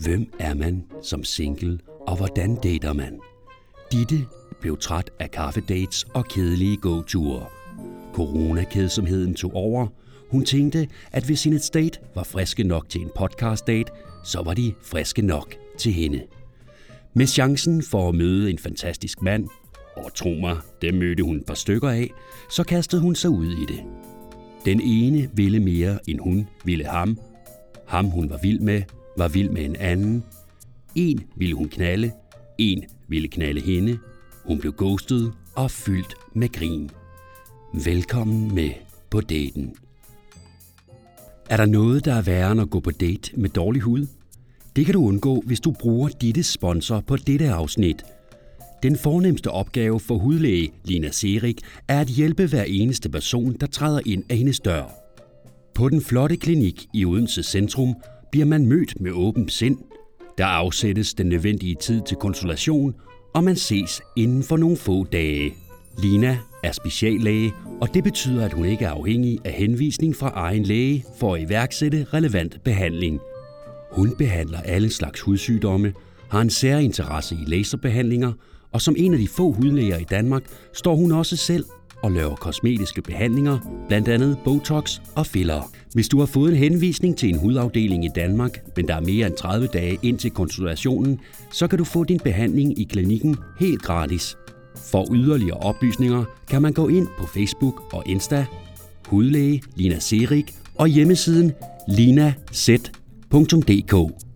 Hvem er man som single, og hvordan dater man? Ditte blev træt af kaffedates og kedelige gåture. Coronakedsomheden tog over. Hun tænkte, at hvis hendes date var friske nok til en podcast-date, så var de friske nok til hende. Med chancen for at møde en fantastisk mand, og tro mig, dem mødte hun et par stykker af, så kastede hun sig ud i det. Den ene ville mere, end hun ville ham. Ham hun var vild med en anden. En ville hun knalde, en ville knalde hende. Hun blev ghostet og fyldt med grin. Velkommen med på daten. Er der noget, der er værre end at gå på date med dårlig hud? Det kan du undgå, hvis du bruger Dittes sponsor på dette afsnit. Den fornemste opgave for hudlæge Lina Serik er at hjælpe hver eneste person, der træder ind af hendes dør. På den flotte klinik i Odense Centrum bliver man mødt med åbent sind. Der afsættes den nødvendige tid til konsultation, og man ses inden for nogle få dage. Lina er speciallæge, og det betyder, at hun ikke er afhængig af henvisning fra egen læge for at iværksætte relevant behandling. Hun behandler alle slags hudsygdomme, har en særinteresse i laserbehandlinger, og som en af de få hudlæger i Danmark står hun også selv og laver kosmetiske behandlinger, blandt andet Botox og filler. Hvis du har fået en henvisning til en hudafdeling i Danmark, men der er mere end 30 dage ind til konsultationen, så kan du få din behandling i klinikken helt gratis. For yderligere oplysninger kan man gå ind på Facebook og Insta, hudlæge Lina Serik og hjemmesiden linaz.dk.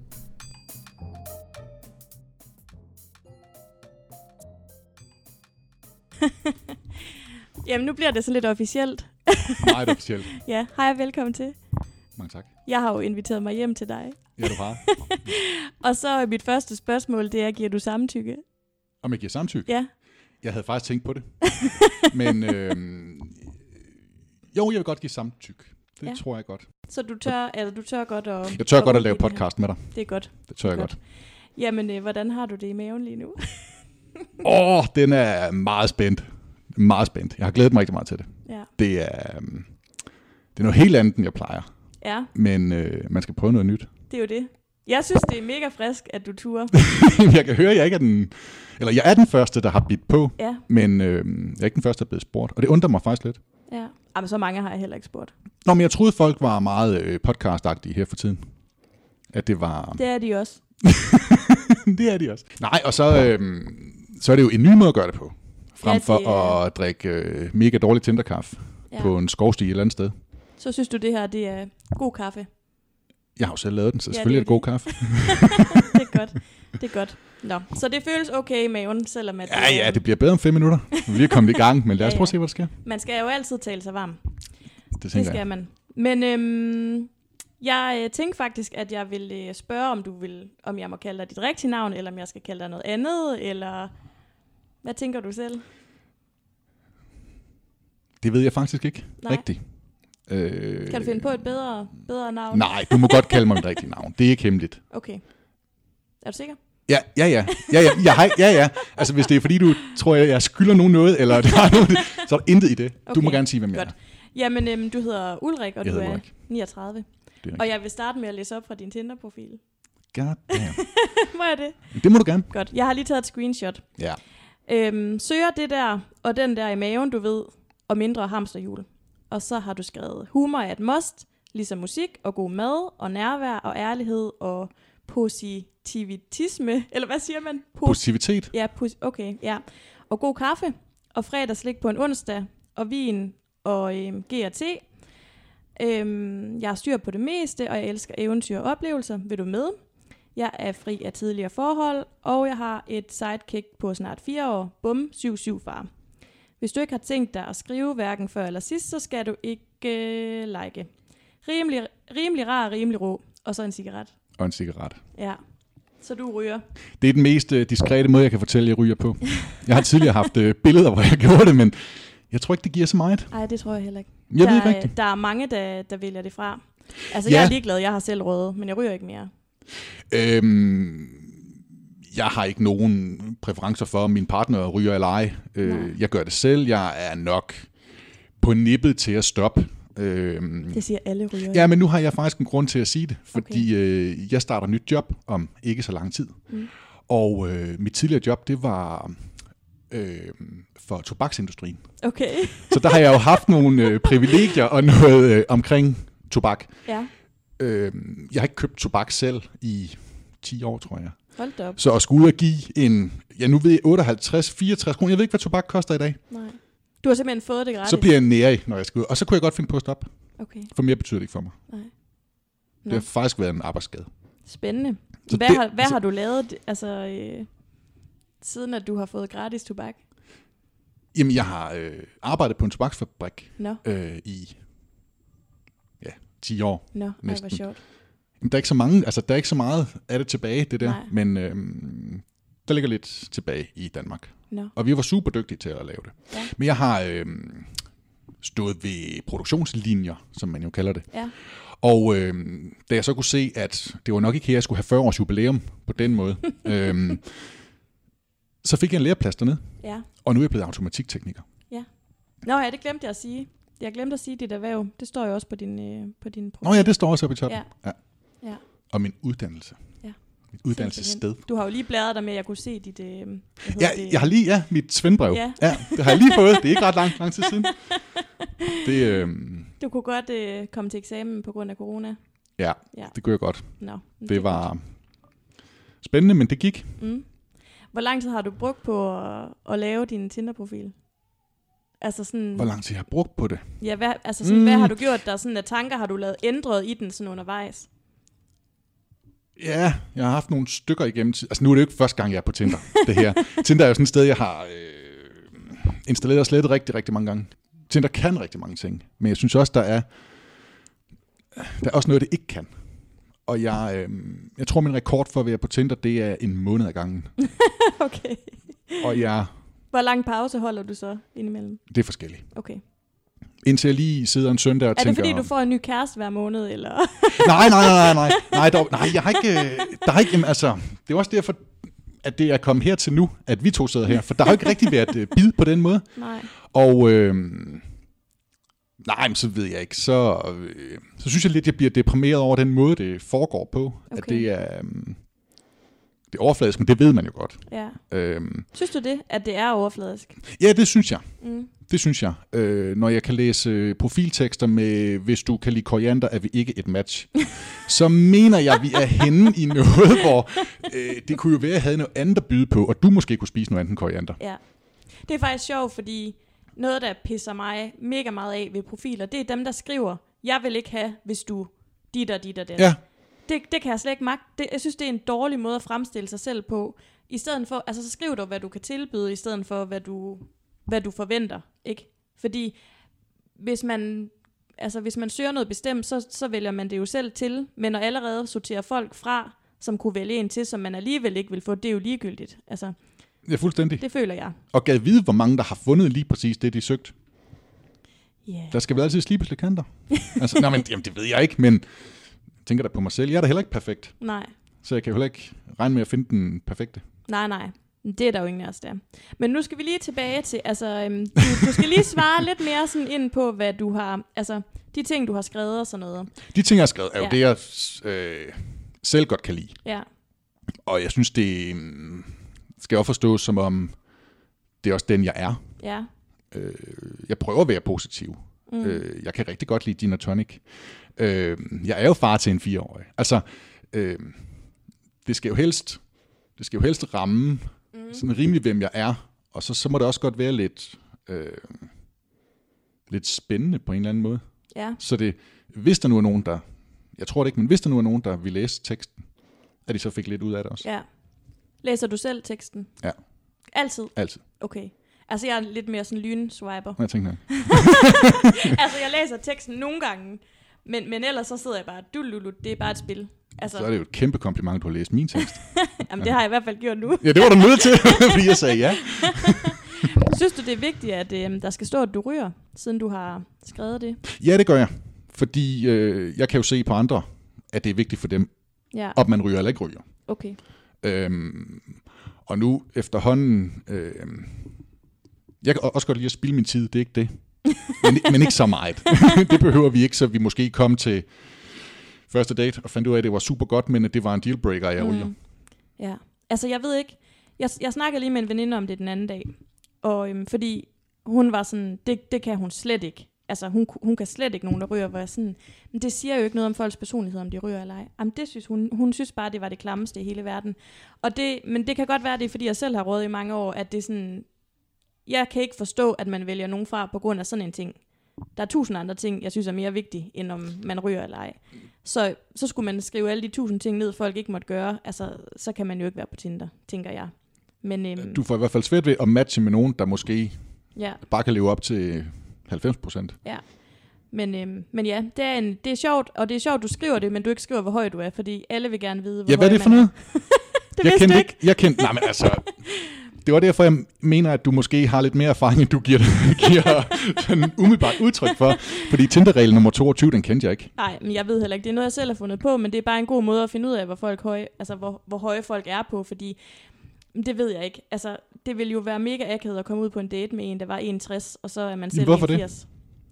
Jamen, nu bliver det så lidt officielt. Meget officielt. Ja, hej og velkommen til. Mange tak. Jeg har jo inviteret mig hjem til dig. Ja, du har. Og så mit første spørgsmål, det er, giver du samtykke? Om jeg giver samtykke? Ja. Jeg havde faktisk tænkt på det. Men jo, jeg vil godt give samtykke. Det tror jeg godt. Så du tør godt at... Jeg tør godt at lave podcast med dig. Det er godt. Det tør jeg godt. Jamen, hvordan har du det i maven lige nu? Den er meget spændt. Meget spændt. Jeg har glædet mig rigtig meget til det. Ja. Det er noget helt andet, end jeg plejer. Ja. Men man skal prøve noget nyt. Det er jo det. Jeg synes, det er mega frisk, at du turer. Jeg kan høre, at jeg ikke er den... Eller jeg er den første, der har bidt på. Ja. Men jeg er ikke den første, der er blevet spurgt. Og det undrer mig faktisk lidt. Ja. Men så mange har jeg heller ikke spurgt. Nå, men jeg troede, folk var meget podcastagtige her for tiden. At det var... Det er de også. Det er de også. Nej, og så er det jo en ny måde at gøre det på. Frem for at drikke mega dårlig tinderkaffe på en skovsti et eller andet sted. Så synes du, det her det er god kaffe? Jeg har jo selv lavet den, så selvfølgelig er det god kaffe. Det er godt. Det er godt. Nå, så det føles okay i maven, selvom at... Ja, det bliver bedre om 5 minutter. Vi er kommet i gang, men lad os prøve at se, hvad der sker. Man skal jo altid tale sig varm. Det skal jeg. Man. Men jeg tænkte faktisk, at jeg ville spørge, om jeg må kalde dig dit rigtige navn, eller om jeg skal kalde dig noget andet, eller... Hvad tænker du selv? Det ved jeg faktisk ikke rigtigt. Kan du finde på et bedre navn? Nej, du må godt kalde mig mit rigtige navn. Det er ikke hemmeligt. Okay. Er du sikker? Ja. Altså, hvis det er fordi, du tror, jeg skylder nogen noget, eller der er noget, så er der intet i det. Okay. Du må gerne sige, hvem jeg er. Jamen, du hedder Ulrik, og du er Ulrik. 39. Og jeg vil starte med at læse op fra din Tinder-profil. God damn. Må jeg det? Det må du gerne. Godt. Jeg har lige taget et screenshot. Ja. Søger det der, og den der i maven, du ved, og mindre hamsterhjul. Og så har du skrevet, humor er et must, ligesom musik og god mad, og nærvær og ærlighed, og positivitisme, eller hvad siger man? Positivitet? Ja, okay, ja. Og god kaffe, og fredagslik på en onsdag, og vin og G&T. Jeg har styr på det meste, og jeg elsker eventyr og oplevelser. Vil du med? Jeg er fri af tidligere forhold, og jeg har et sidekick på snart 4 år. Bum, 7-7 far. Hvis du ikke har tænkt dig at skrive hverken før eller sidst, så skal du ikke like. Rimelig rar, rimelig rå. Og så en cigaret. Og en cigaret. Ja. Så du ryger. Det er den mest diskrete måde, jeg kan fortælle, jeg ryger på. Jeg har tidligere haft billeder, hvor jeg gjorde det, men jeg tror ikke, det giver så meget. Nej, det tror jeg heller ikke. Jeg ved ikke rigtigt. Der er mange, der vælger det fra. Altså, jeg er ligeglad, jeg har selv røget, men jeg ryger ikke mere. Jeg har ikke nogen præferencer for, om min partner ryger eller ej. Jeg gør det selv. Jeg er nok på nippet til at stoppe. Det siger alle rygere. Ja, men nu har jeg faktisk en grund til at sige det, fordi jeg starter nyt job om ikke så lang tid. Og mit tidligere job, det var for tobaksindustrien. Okay. Så der har jeg jo haft nogle privilegier og noget omkring tobak. Ja. Jeg har ikke købt tobak selv i 10 år, tror jeg. Hold da op. Så at skulle ud og give nu ved jeg, 58, 64 kroner. Jeg ved ikke, hvad tobak koster i dag. Nej. Du har simpelthen fået det gratis? Så bliver jeg nærig, når jeg skal ud. Og så kunne jeg godt finde på at stoppe. Okay. For mere betyder det ikke for mig. Nej. Det har faktisk været en arbejdsskade. Spændende. Så hvad har du lavet, siden at du har fået gratis tobak? Jamen, jeg har arbejdet på en tobaksfabrik i 10 år. Nå, næsten. hvor sjovt. Jamen, der er ikke så meget af det tilbage, det der. Nej. Men der ligger lidt tilbage i Danmark. No. Og vi var super dygtige til at lave det. Ja. Men jeg har stået ved produktionslinjer, som man jo kalder det. Ja. Og da jeg så kunne se, at det var nok ikke her, jeg skulle have 40 års jubilæum på den måde, så fik jeg en læreplads dernede. Ja. Og nu er jeg blevet automatiktekniker. Ja. Nå ja, det glemte jeg at sige. Jeg glemte at sige dit erhverv. Det står jo også på din profil. Nå ja, det står også oppe i toppen. Ja. Ja. Og min uddannelse. Ja. Mit uddannelsessted. Du har jo lige bladret dig med, at jeg kunne se dit... jeg har lige, mit svendbrev. Ja. Det har jeg lige fået. Det er ikke ret lang tid siden. Du kunne godt komme til eksamen på grund af corona. Ja, det kunne jeg godt. Nå, det var spændende, men det gik. Mm. Hvor lang tid har du brugt på at lave din Tinder-profil? Altså sådan, hvor lang tid har jeg brugt på det? Ja, hvad har du gjort der? Sådan, tanker har du lavet ændret i den sådan undervejs? Ja, jeg har haft nogle stykker igennem. Altså nu er det jo ikke første gang, jeg er på Tinder, det her. Tinder er jo sådan et sted, jeg har installeret og slettet rigtig, rigtig mange gange. Tinder kan rigtig mange ting, men jeg synes også, der er også noget, det ikke kan. Og jeg tror, min rekord for at være på Tinder, det er en måned ad gangen. Okay. Og hvor lang pause holder du så indimellem? Det er forskelligt. Okay. Indtil jeg lige sidder en søndag og tænker... Er det fordi, du får en ny kæreste hver måned, eller? Nej, jeg har ikke... Altså, det er også derfor, at det er kommet her til nu, at vi to sidder her. For der har jo ikke rigtig været bid på den måde. Nej. Og... men så ved jeg ikke. Så synes jeg lidt, at jeg bliver deprimeret over den måde, det foregår på. Okay. At det er... det er overfladisk, men det ved man jo godt. Ja. Synes du det, at det er overfladisk? Ja, det synes jeg. Det synes jeg. Når jeg kan læse profiltekster med, hvis du kan lide koriander, er vi ikke et match. Så mener jeg, vi er henne i noget, hvor det kunne jo være, at jeg havde noget andet at byde på, og du måske kunne spise noget andet end koriander. Ja. Det er faktisk sjovt, fordi noget, der pisser mig mega meget af ved profiler, det er dem, der skriver, jeg vil ikke have, hvis du dit og det. Ja. Det kan jeg slet ikke magte. Jeg synes, det er en dårlig måde at fremstille sig selv på. I stedet for, så skriv du, hvad du kan tilbyde, i stedet for, hvad du forventer, ikke? Fordi hvis man søger noget bestemt, så vælger man det jo selv til, men når allerede sorterer folk fra, som kunne vælge en til, som man alligevel ikke vil få, det er jo ligegyldigt. Altså, ja, fuldstændig. Det føler jeg. Og gad vide, hvor mange der har fundet lige præcis det, de søgte. Yeah. Der skal vel altid slibes lidt kanter. Jamen, det ved jeg ikke, men jeg tænker da på mig selv. Jeg er da heller ikke perfekt. Nej. Så jeg kan jo heller ikke regne med at finde den perfekte. Nej. Det er der jo ingen af os der. Men nu skal vi lige tilbage til, du skal lige svare lidt mere sådan ind på, hvad du har, de ting, du har skrevet og sådan noget. De ting, jeg har skrevet, er jo det, jeg selv godt kan lide. Ja. Og jeg synes, det skal også forstås som om, det er også den, jeg er. Ja. Jeg prøver at være positiv. Jeg kan rigtig godt lide gin og tonic. Jeg er jo far til en 4-årig. Altså, det skal jo helst ramme sådan rimelig, hvem jeg er. Og så må det også godt være lidt spændende på en eller anden måde. Ja. Så hvis der nu er nogen, der... Jeg tror det ikke, men hvis der nu er nogen, der vil læse teksten, at de så fik lidt ud af det også. Ja. Læser du selv teksten? Ja. Altid? Altid. Okay. Altså, jeg er lidt mere sådan lynswiper. Jeg tænker jeg læser teksten nogle gange, men ellers så sidder jeg bare, det er bare et spil. Altså... Så er det jo et kæmpe kompliment, du har læst min tekst. Jamen, det har jeg i hvert fald gjort nu. Ja, det var du nødt til, fordi jeg sagde ja. Synes du, det er vigtigt, at der skal stå, at du ryger, siden du har skrevet det? Ja, det gør jeg. Fordi jeg kan jo se på andre, at det er vigtigt for dem, om man ryger eller ikke ryger. Okay. Og nu efterhånden... jeg kan også godt lide at spilde min tid, det er ikke det. men ikke så meget. Det behøver vi ikke, så vi måske kom til første date og fandt ud af, at det var super godt, men at det var en dealbreaker, jeg ryger. Ja, altså jeg ved ikke, jeg snakkede lige med en veninde om det den anden dag, og fordi hun var sådan, det kan hun slet ikke. Altså hun kan slet ikke nogen, der ryger, hvor jeg sådan, men det siger jo ikke noget om folks personlighed, om de ryger eller ej. Jamen det synes hun synes bare, det var det klammeste i hele verden. Men det kan godt være, det er, fordi jeg selv har røget i mange år, at det er sådan, jeg kan ikke forstå, at man vælger nogen fra på grund af sådan en ting. Der er 1000 andre ting, jeg synes er mere vigtige, end om man ryger eller ej. Så skulle man skrive alle de 1000 ting ned, folk ikke måtte gøre, altså så kan man jo ikke være på Tinder, tænker jeg. Men, du får i hvert fald svært ved at matche med nogen, der måske bare kan leve op til 90%. Ja, men ja, det er sjovt, og det er sjovt, du skriver det, men du ikke skriver, hvor høj du er, fordi alle vil gerne vide, hvor høj hvad er det for noget? Det vidste du ikke? Jeg kendte, nej, men altså, det var derfor, jeg mener, at du måske har lidt mere erfaring, end du giver sådan umiddelbart udtryk for, fordi Tinder-regel nummer 22, den kendte jeg ikke. Nej, men jeg ved heller ikke, det er noget, jeg selv har fundet på, men det er bare en god måde at finde ud af, hvor høje folk er på, fordi det ved jeg ikke. Altså, det ville jo være mega akavet at komme ud på en date med en, der var 61, og så er man selv 80.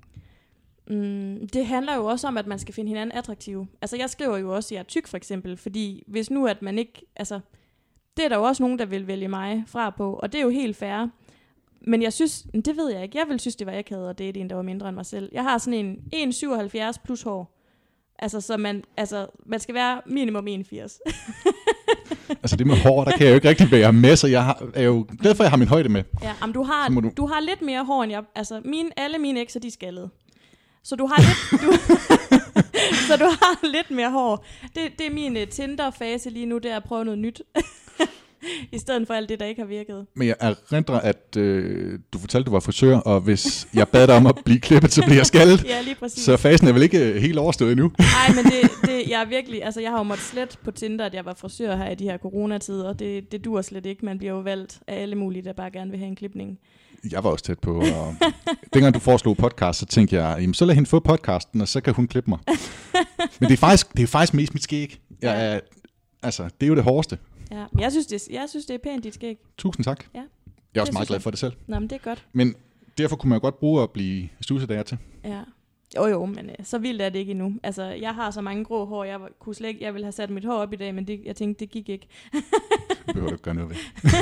Det handler jo også om, at man skal finde hinanden attraktive. Altså, jeg skriver jo også, at jeg er tyk, for eksempel, fordi hvis nu, at man ikke... Altså, det er der jo også nogen, der vil vælge mig fra på, og det er jo helt fair. Men jeg synes... Det ved jeg ikke. Jeg ville synes, det var akavet at date en, der var mindre end mig selv. Jeg har sådan en 1,77 plus hår. Altså, så man skal være minimum 1,80. Altså det med hår, der kan jeg jo ikke rigtig være med, så jeg er jo glad for, at jeg har min højde med. Ja, men du har lidt mere hår end jeg. Altså alle mine ekser, de er skaldede. Så du har lidt, så du har lidt mere hår. Det er min Tinder-fase lige nu, det er at prøve noget nyt. I stedet for alt det, der ikke har virket. Men jeg erindrer, at du fortalte, at du var frisør, og hvis jeg bad dig om at blive klippet, så bliver jeg skaldet. Ja, lige præcis. Så fasen er vel ikke helt overstået endnu? Nej, men jeg er virkelig, altså jeg har jo måttet slet på Tinder, at jeg var frisør her i de her coronatider, og det dur slet ikke. Man bliver jo valgt af alle mulige, der bare gerne vil have en klipning. Jeg var også tæt på, og dengang du foreslog podcast, så tænkte jeg, jamen, så lad hende få podcasten, og så kan hun klippe mig. Men det er faktisk mest mit skæg. Altså, det er jo det hårdeste. Ja, jeg synes, det er pænt, dit skæg. Tusind tak. Ja, jeg er også meget glad for det selv. Nå, men det er godt. Men derfor kunne man jo godt bruge at blive stuset der til. Ja. Jo, men så vildt er det ikke endnu. Altså, jeg har så mange grå hår, jeg ville have sat mit hår op i dag, men jeg tænkte, det gik ikke. Det behøver du ikke gøre noget ved.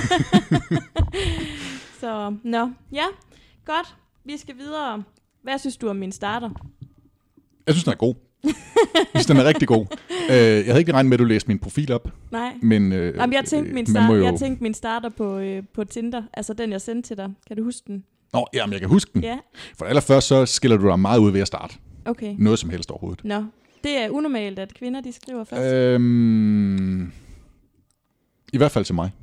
Så, ja, godt. Vi skal videre. Hvad synes du om min starter? Jeg synes, den er god. Jeg synes, den er rigtig god. Jeg havde ikke regnet med, at du læste min profil op. Nej. Men, jeg tænkte min starter på Tinder, altså den, jeg sendte til dig. Kan du huske den? Nå, jamen jeg kan huske den. Ja. For allerførst så skiller du dig meget ud ved at starte. Okay. Noget som helst overhovedet. Nå, det er unormalt, at kvinder de skriver først. I hvert fald til mig.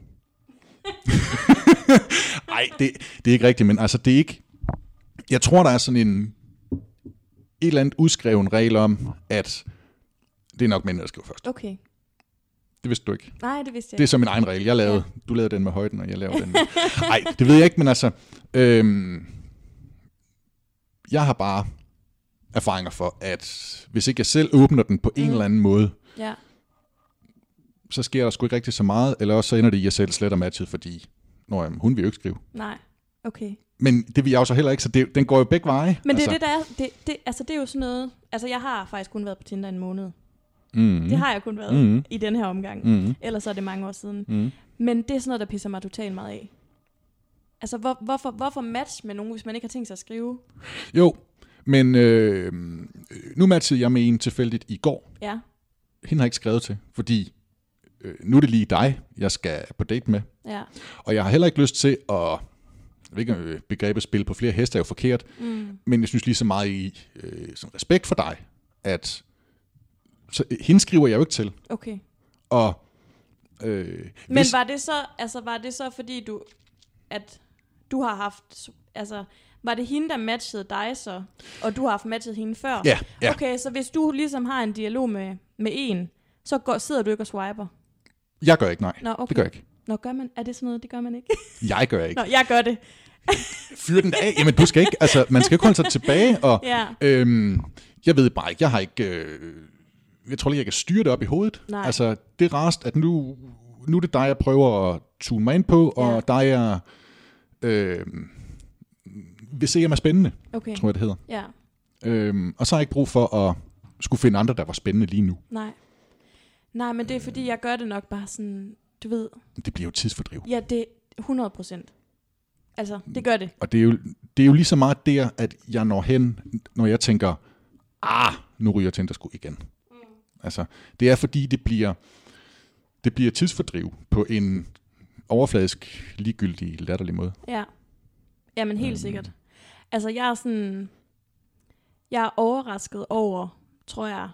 Nej, det er ikke rigtigt, men altså det er ikke... Jeg tror, der er sådan et eller andet udskreven regel om, at det er nok mænd, der skriver først. Okay. Det vidste du ikke. Nej, det vidste jeg ikke. Det er så min egen regel. Du lavede den med højden, og jeg laver den med... Nej, det ved jeg ikke, men altså... jeg har bare erfaringer for, at hvis ikke jeg selv åbner den på en eller anden måde, så sker der sgu ikke rigtig så meget, eller også så ender det i, at jeg selv sletter matchet, fordi hun vil jo ikke skrive. Nej, okay. Men det vil jeg jo så heller ikke, så den går jo begge veje. Men det er det, der er. Det er jo sådan noget... Altså, jeg har faktisk kun været på Tinder en måned. Det har jeg kun været i den her omgang. Ellers er det mange år siden. Men det er sådan noget, der pisser mig totalt meget af. Altså, hvorfor match med nogen, hvis man ikke har tænkt sig at skrive? Jo, men nu matchede jeg med en tilfældigt i går. Ja. Hende har ikke skrevet til, fordi nu er det lige dig, jeg skal på date med. Ja. Og jeg har heller ikke lyst til at... Jeg ved ikke, begrebet spil på flere heste er jo forkert, men jeg synes lige så meget i som respekt for dig, at så, hende skriver jeg jo ikke til. Okay. Og, men var det så fordi du har haft, altså var det hende, der matchede dig så, og du har haft matchet hende før? Ja. Okay, så hvis du ligesom har en dialog med en, så sidder du ikke og swiper? Jeg gør ikke, nej. Nå, okay. Det gør jeg ikke. Nå, gør man? Er det sådan noget, det gør man ikke? Jeg gør ikke. Nå, jeg gør det. Fyr den af. Jamen, du skal ikke, altså, man skal ikke holde sig tilbage, og jeg ved bare ikke, jeg har ikke, jeg tror ikke, jeg kan styre det op i hovedet. Nej. Altså, det er rarest, at nu er det dig, jeg prøver at tune mig ind på, og dig, jeg vil se mig spændende, okay. tror jeg, det hedder. Ja. Og så har jeg ikke brug for at skulle finde andre, der var spændende lige nu. Nej, men det er fordi, jeg gør det nok bare sådan, du ved. Det bliver jo tidsfordriv. Ja, det er 100%. Altså, det gør det. Og det er jo lige så meget der, at jeg når hen, når jeg tænker, nu ryger Tinder sgu igen. Altså, det er fordi, det bliver tidsfordriv på en overfladisk, ligegyldig, latterlig måde. Ja. Jamen helt sikkert. Altså, jeg er overrasket over, tror jeg,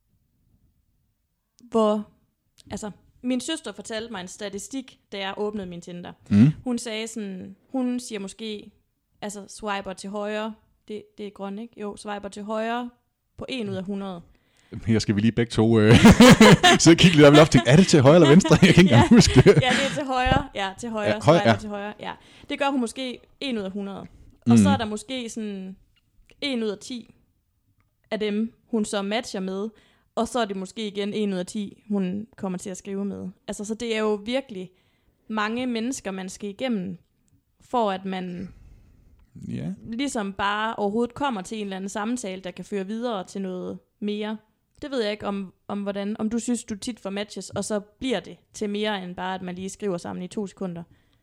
altså, min søster fortalte mig en statistik, da jeg åbnede min Tinder. Hun sagde sådan, hun siger måske, altså swiper til højre, det er grøn, ikke? Jo, swiper til højre på 1 ud af 100. Her skal vi lige begge to så kigge lidt op i loftet. Er det til højre eller venstre? Jeg kan ikke engang huske det. Ja, det er til højre. Ja, til højre. Ja, swiper til højre. Ja. Det gør hun måske 1 ud af 100. Og så er der måske sådan 1 ud af 10 af dem, hun så matcher med. Og så er det måske igen 1 ud af 10, hun kommer til at skrive med. Altså, så det er jo virkelig mange mennesker, man skal igennem, for at man ligesom bare overhovedet kommer til en eller anden samtale, der kan føre videre til noget mere. Det ved jeg ikke om du synes, du tit får matches, og så bliver det til mere end bare, at man lige skriver sammen i 2 sekunder.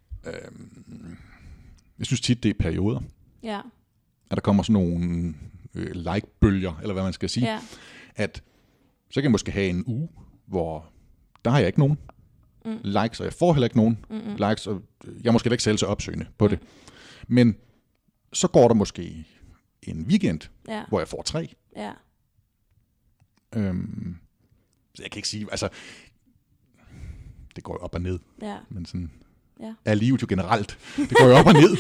Jeg synes tit, det er perioder. Ja. At der kommer sådan nogle like-bølger, eller hvad man skal sige. Ja. At så kan jeg måske have en uge, hvor der har jeg ikke nogen likes, og jeg får heller ikke nogen likes, og jeg er måske ikke selv så opsøgende på det. Men så går der måske en weekend, hvor jeg får 3. Ja. Så jeg kan ikke sige, altså, det går jo op og ned. Ja. Men sådan er livet jo generelt. Det går jo op og ned.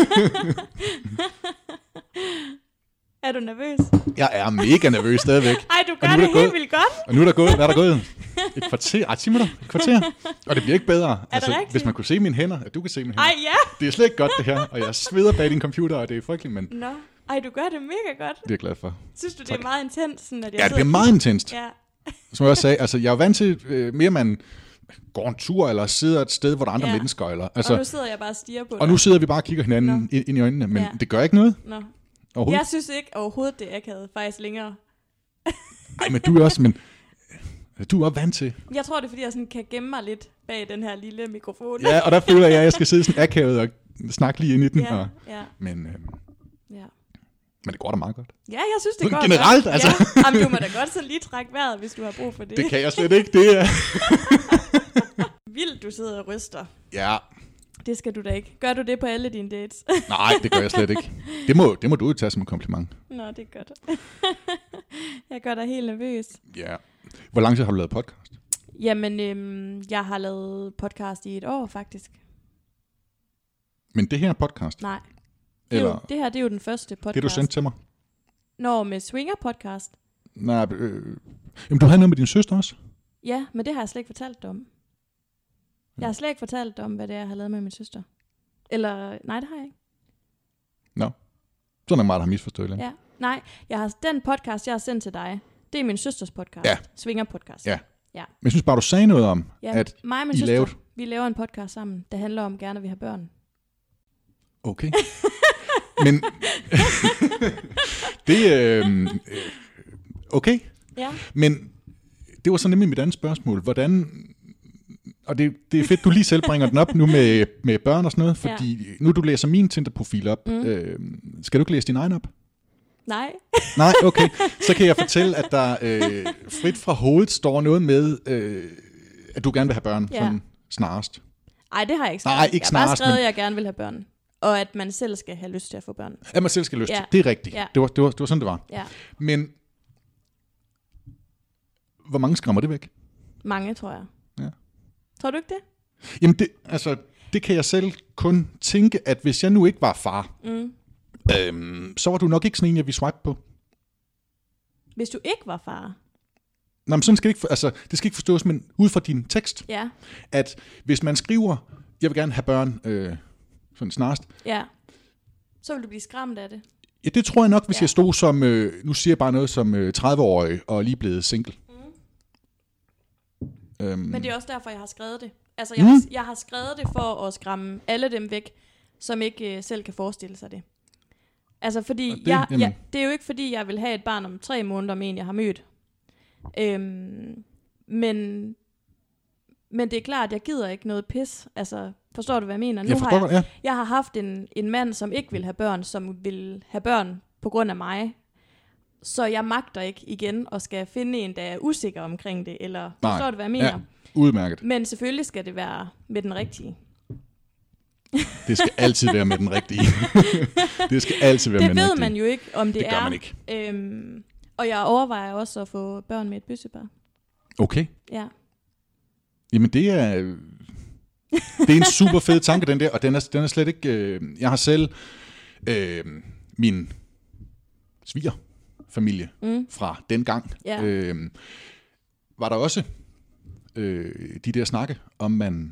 Er du nervøs? Jeg er mega nervøs stadigvæk. Ej, du gør det helt vildt godt. Og nu er der gået, hvad er der gået? Et kvarter? 10 minutter? Et kvarter? Og det bliver ikke bedre. Altså, hvis man kunne se mine hænder, at du kan se mine hænder. Ej, ja. Det er slet ikke godt det her, og jeg sveder bag din computer, og det er frygteligt, men... Nå. Ej, du gør det mega godt. Det er jeg glad for. Synes du, det er meget intens? Sådan, at jeg det bliver meget intenst. Ja. Som jeg også sagde, altså, jeg er vant til mere, man går en tur, eller sidder et sted, hvor der er andre mennesker. Eller, altså, og nu sidder jeg bare og stiger på dig. Og nu sidder vi bare og kigger hinanden ind i øjnene, men det gør ikke noget. Jeg synes ikke overhovedet, det akavet faktisk længere. Nej, men du er også, du er vant til. Jeg tror, det er, fordi jeg sådan kan gemme mig lidt bag den her lille mikrofon. Ja, og der føler jeg, at jeg skal sidde sådan akavet og snakke lige ind i den. Ja. Men det går da meget godt. Ja, jeg synes, det går generelt, godt. altså. Ja. Jamen, du må da godt så lige trække vejret, hvis du har brug for det. Det kan jeg slet ikke, det er... Vildt, du sidder og ryster. Ja. Det skal du da ikke. Gør du det på alle dine dates? Nej, det gør jeg slet ikke. Det må du jo tage som en kompliment. Nå, det er godt. Jeg gør dig helt nervøs. Ja. Hvor lang tid har du lavet podcast? Jamen, jeg har lavet podcast i 1 år, faktisk. Men det her podcast? Nej. Det her er jo den første podcast. Det du sendte til mig? Nå, med Swinger podcast? Nej, jamen du havde noget med din søster også? Ja, men det har jeg slet ikke fortalt dig om. Jeg har slet ikke fortalt dig om, hvad det er, jeg har lavet med min søster. Eller, nej, det har jeg ikke. Nå, så er det meget, der har misforstået det. Ja, nej, den podcast, jeg har sendt til dig, det er min søsters podcast. Ja. Swinger podcast. Ja. Men jeg synes bare, du sagde noget om, at mig og min søster, vi laver en podcast sammen, der handler om gerne at vi har børn. Okay. Men det okay. Ja. Men det var så nemlig mit andet spørgsmål. Hvordan, og det er fedt, du lige selv bringer den op nu med børn og sådan noget, fordi nu du læser min Tinder-profil op. Skal du ikke læse din egen op? Nej. Nej, okay. Så kan jeg fortælle, at der frit fra hovedet står noget med, at du gerne vil have børn sådan snarest. Nej, det har jeg ikke skrevet. Nej, ikke snarest. Jeg har bare skrevet, at jeg gerne vil have børn. Og at man selv skal have lyst til at få børn. At man selv skal have lyst til. Det er rigtigt. Ja. Det var sådan, det var. Ja. Men hvor mange skræmmer det væk? Mange, tror jeg. Ja. Tror du ikke det? Jamen, det kan jeg selv kun tænke, at hvis jeg nu ikke var far, så var du nok ikke sådan en, jeg ville swipe på. Hvis du ikke var far? Nå, men sådan skal det ikke, det skal ikke forstås, men ud fra din tekst, at hvis man skriver, jeg vil gerne have børn, sådan snarest. Ja, så vil du blive skræmt af det. Ja, det tror jeg nok, hvis jeg stod som, nu siger jeg bare noget som 30-årig og lige blevet single. Men det er også derfor, jeg har skrevet det. Altså, jeg har skrevet det for at skræmme alle dem væk, som ikke selv kan forestille sig det. Altså, fordi det er jo ikke, fordi jeg vil have et barn om 3 måneder med en, jeg har mødt. Men det er klart, jeg gider ikke noget pis. Altså, forstår du, hvad jeg mener? Jeg har haft en mand, som ikke vil have børn, som vil have børn på grund af mig. Så jeg magter ikke igen og skal finde en, der er usikker omkring det. Eller forstår du, hvad jeg mener? Ja, udmærket. Men selvfølgelig skal det være med den rigtige. Det skal altid være med den rigtige. Det skal altid være med den rigtige. Det ved man jo ikke, om det er. Det gør man ikke. Og jeg overvejer også at få børn med et bøssepar. Okay. Ja. Jamen det er en super fed tanke, den der, og den er slet ikke... jeg har selv min svigerfamilie fra den gang. Ja. Var der også de der snakke, om man...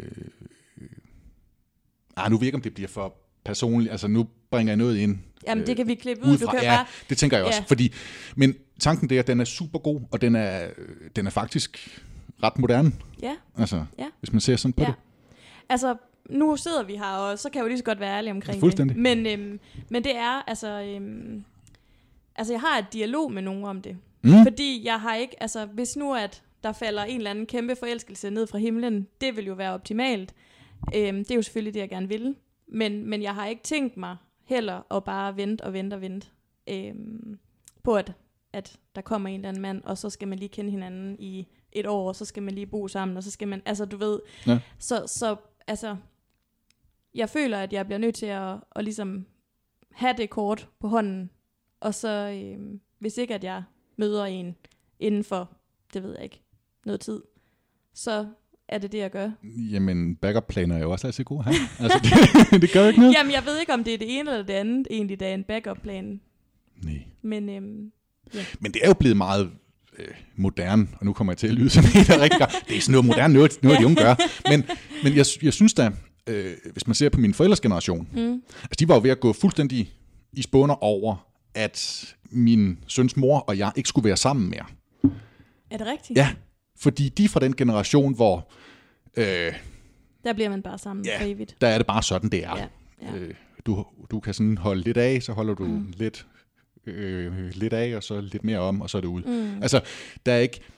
nu ved jeg ikke, om det bliver for personligt. Altså nu bringer jeg noget ind. Jamen det kan vi klippe ud. Du kan bare... det tænker jeg også. Men tanken der, den er super god, og den er faktisk ret moderne. Ja. Altså, hvis man ser sådan på det. Altså, nu sidder vi her, og så kan jeg jo lige så godt være ærlig omkring fuldstændig. Det. Men det er, altså jeg har et dialog med nogen om det. Fordi jeg har ikke, altså hvis nu at der falder en eller anden kæmpe forelskelse ned fra himlen, det vil jo være optimalt. Det er jo selvfølgelig det, jeg gerne vil. Men jeg har ikke tænkt mig heller at bare vente på, at der kommer en eller anden mand, og så skal man lige kende hinanden i 1 år, og så skal man lige bo sammen, og så skal man, altså du ved, så altså, jeg føler, at jeg bliver nødt til at ligesom have det kort på hånden, og så hvis ikke, at jeg møder en inden for, det ved jeg ikke, noget tid, så er det, jeg gør. Jamen, backup-planer er jo også altid gode her. Altså, det gør jo ikke noget. Jamen, jeg ved ikke, om det er det ene eller det andet, egentlig, der er en backup-plan. Nej. Men, Men det er jo blevet meget moderne, og nu kommer jeg til at lyde som en, der rigtig gør. Det er sådan noget moderne, noget de unge gør. Men jeg synes da, hvis man ser på min forældres generation, altså de var jo ved at gå fuldstændig i spåner over, at min søns mor og jeg ikke skulle være sammen mere. Er det rigtigt? Ja, fordi de er fra den generation, hvor... der bliver man bare sammen for evigt. Der er det bare sådan, det er. Ja. Ja. Du kan sådan holde lidt af, så holder du lidt af, og så lidt mere om, og så er det ud. Altså, der er ikke...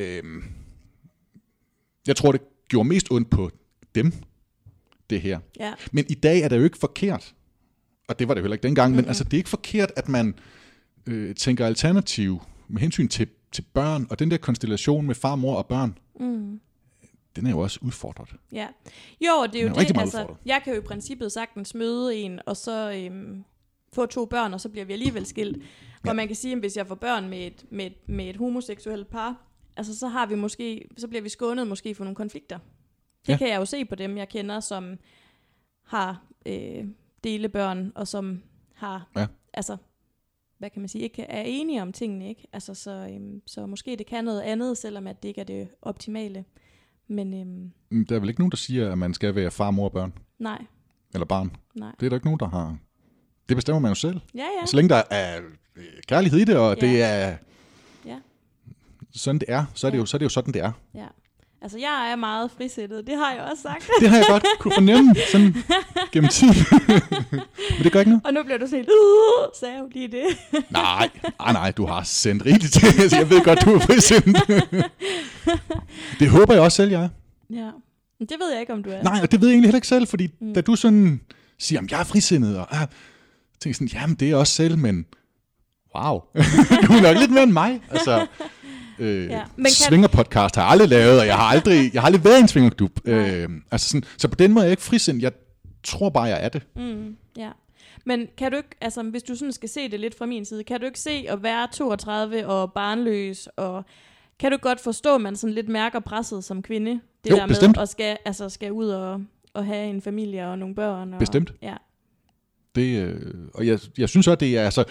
jeg tror, det gjorde mest ondt på dem, det her. Ja. Men i dag er det jo ikke forkert, og det var det heller ikke dengang, men altså, det er ikke forkert, at man tænker alternativ med hensyn til børn, og den der konstellation med far, mor og børn, den er jo også udfordret. Ja. Jo, det er jo det. Altså, jeg kan jo i princippet sagtens møde en, og så få 2 børn, og så bliver vi alligevel skilt. Hvor man kan sige, at hvis jeg får børn med et homoseksuelt par, altså så bliver vi skånet måske for nogle konflikter. Det kan jeg jo se på dem, jeg kender, som har delebørn, og som har, altså, hvad kan man sige, ikke er enige om tingene, ikke? Altså, så måske det kan noget andet, selvom at det ikke er det optimale. Men der er vel ikke nogen, der siger, at man skal være far, mor og børn? Nej. Eller barn? Nej. Det er der ikke nogen, der har... Det bestemmer man jo selv. Ja. Så længe der er kærlighed i det, og det er sådan det er, så er det jo sådan, det er. Ja. Altså, jeg er meget frisættet, det har jeg også sagt. Det har jeg godt kunne fornemme sådan gennem tiden. Men det gør ikke noget. Og nu bliver du sådan helt, sagde jeg jo lige det. Nej, du har sendt rigeligt til, så jeg ved godt, du er frisættet. Det håber jeg også selv, jeg er. Ja, men det ved jeg ikke, om du er. Nej, og det ved jeg egentlig heller ikke selv, fordi da du sådan siger, at jeg er frisindet, og tænker sådan, jamen det er også selv, men wow, du er nok lidt mere end mig. Altså, svingerpodcast har jeg aldrig lavet, og jeg har aldrig været i en svingerklub. Altså sådan, så på den måde er jeg ikke frisindet. Jeg tror bare, jeg er det. Ja. Men kan du ikke, altså hvis du sådan skal se det lidt fra min side, kan du ikke se at være 32 og barnløs, og kan du godt forstå, at man sådan lidt mærker presset som kvinde? Det jo, der bestemt. med at skal ud og have en familie og nogle børn. Bestemt. Ja. Det, og jeg synes også, det er altså...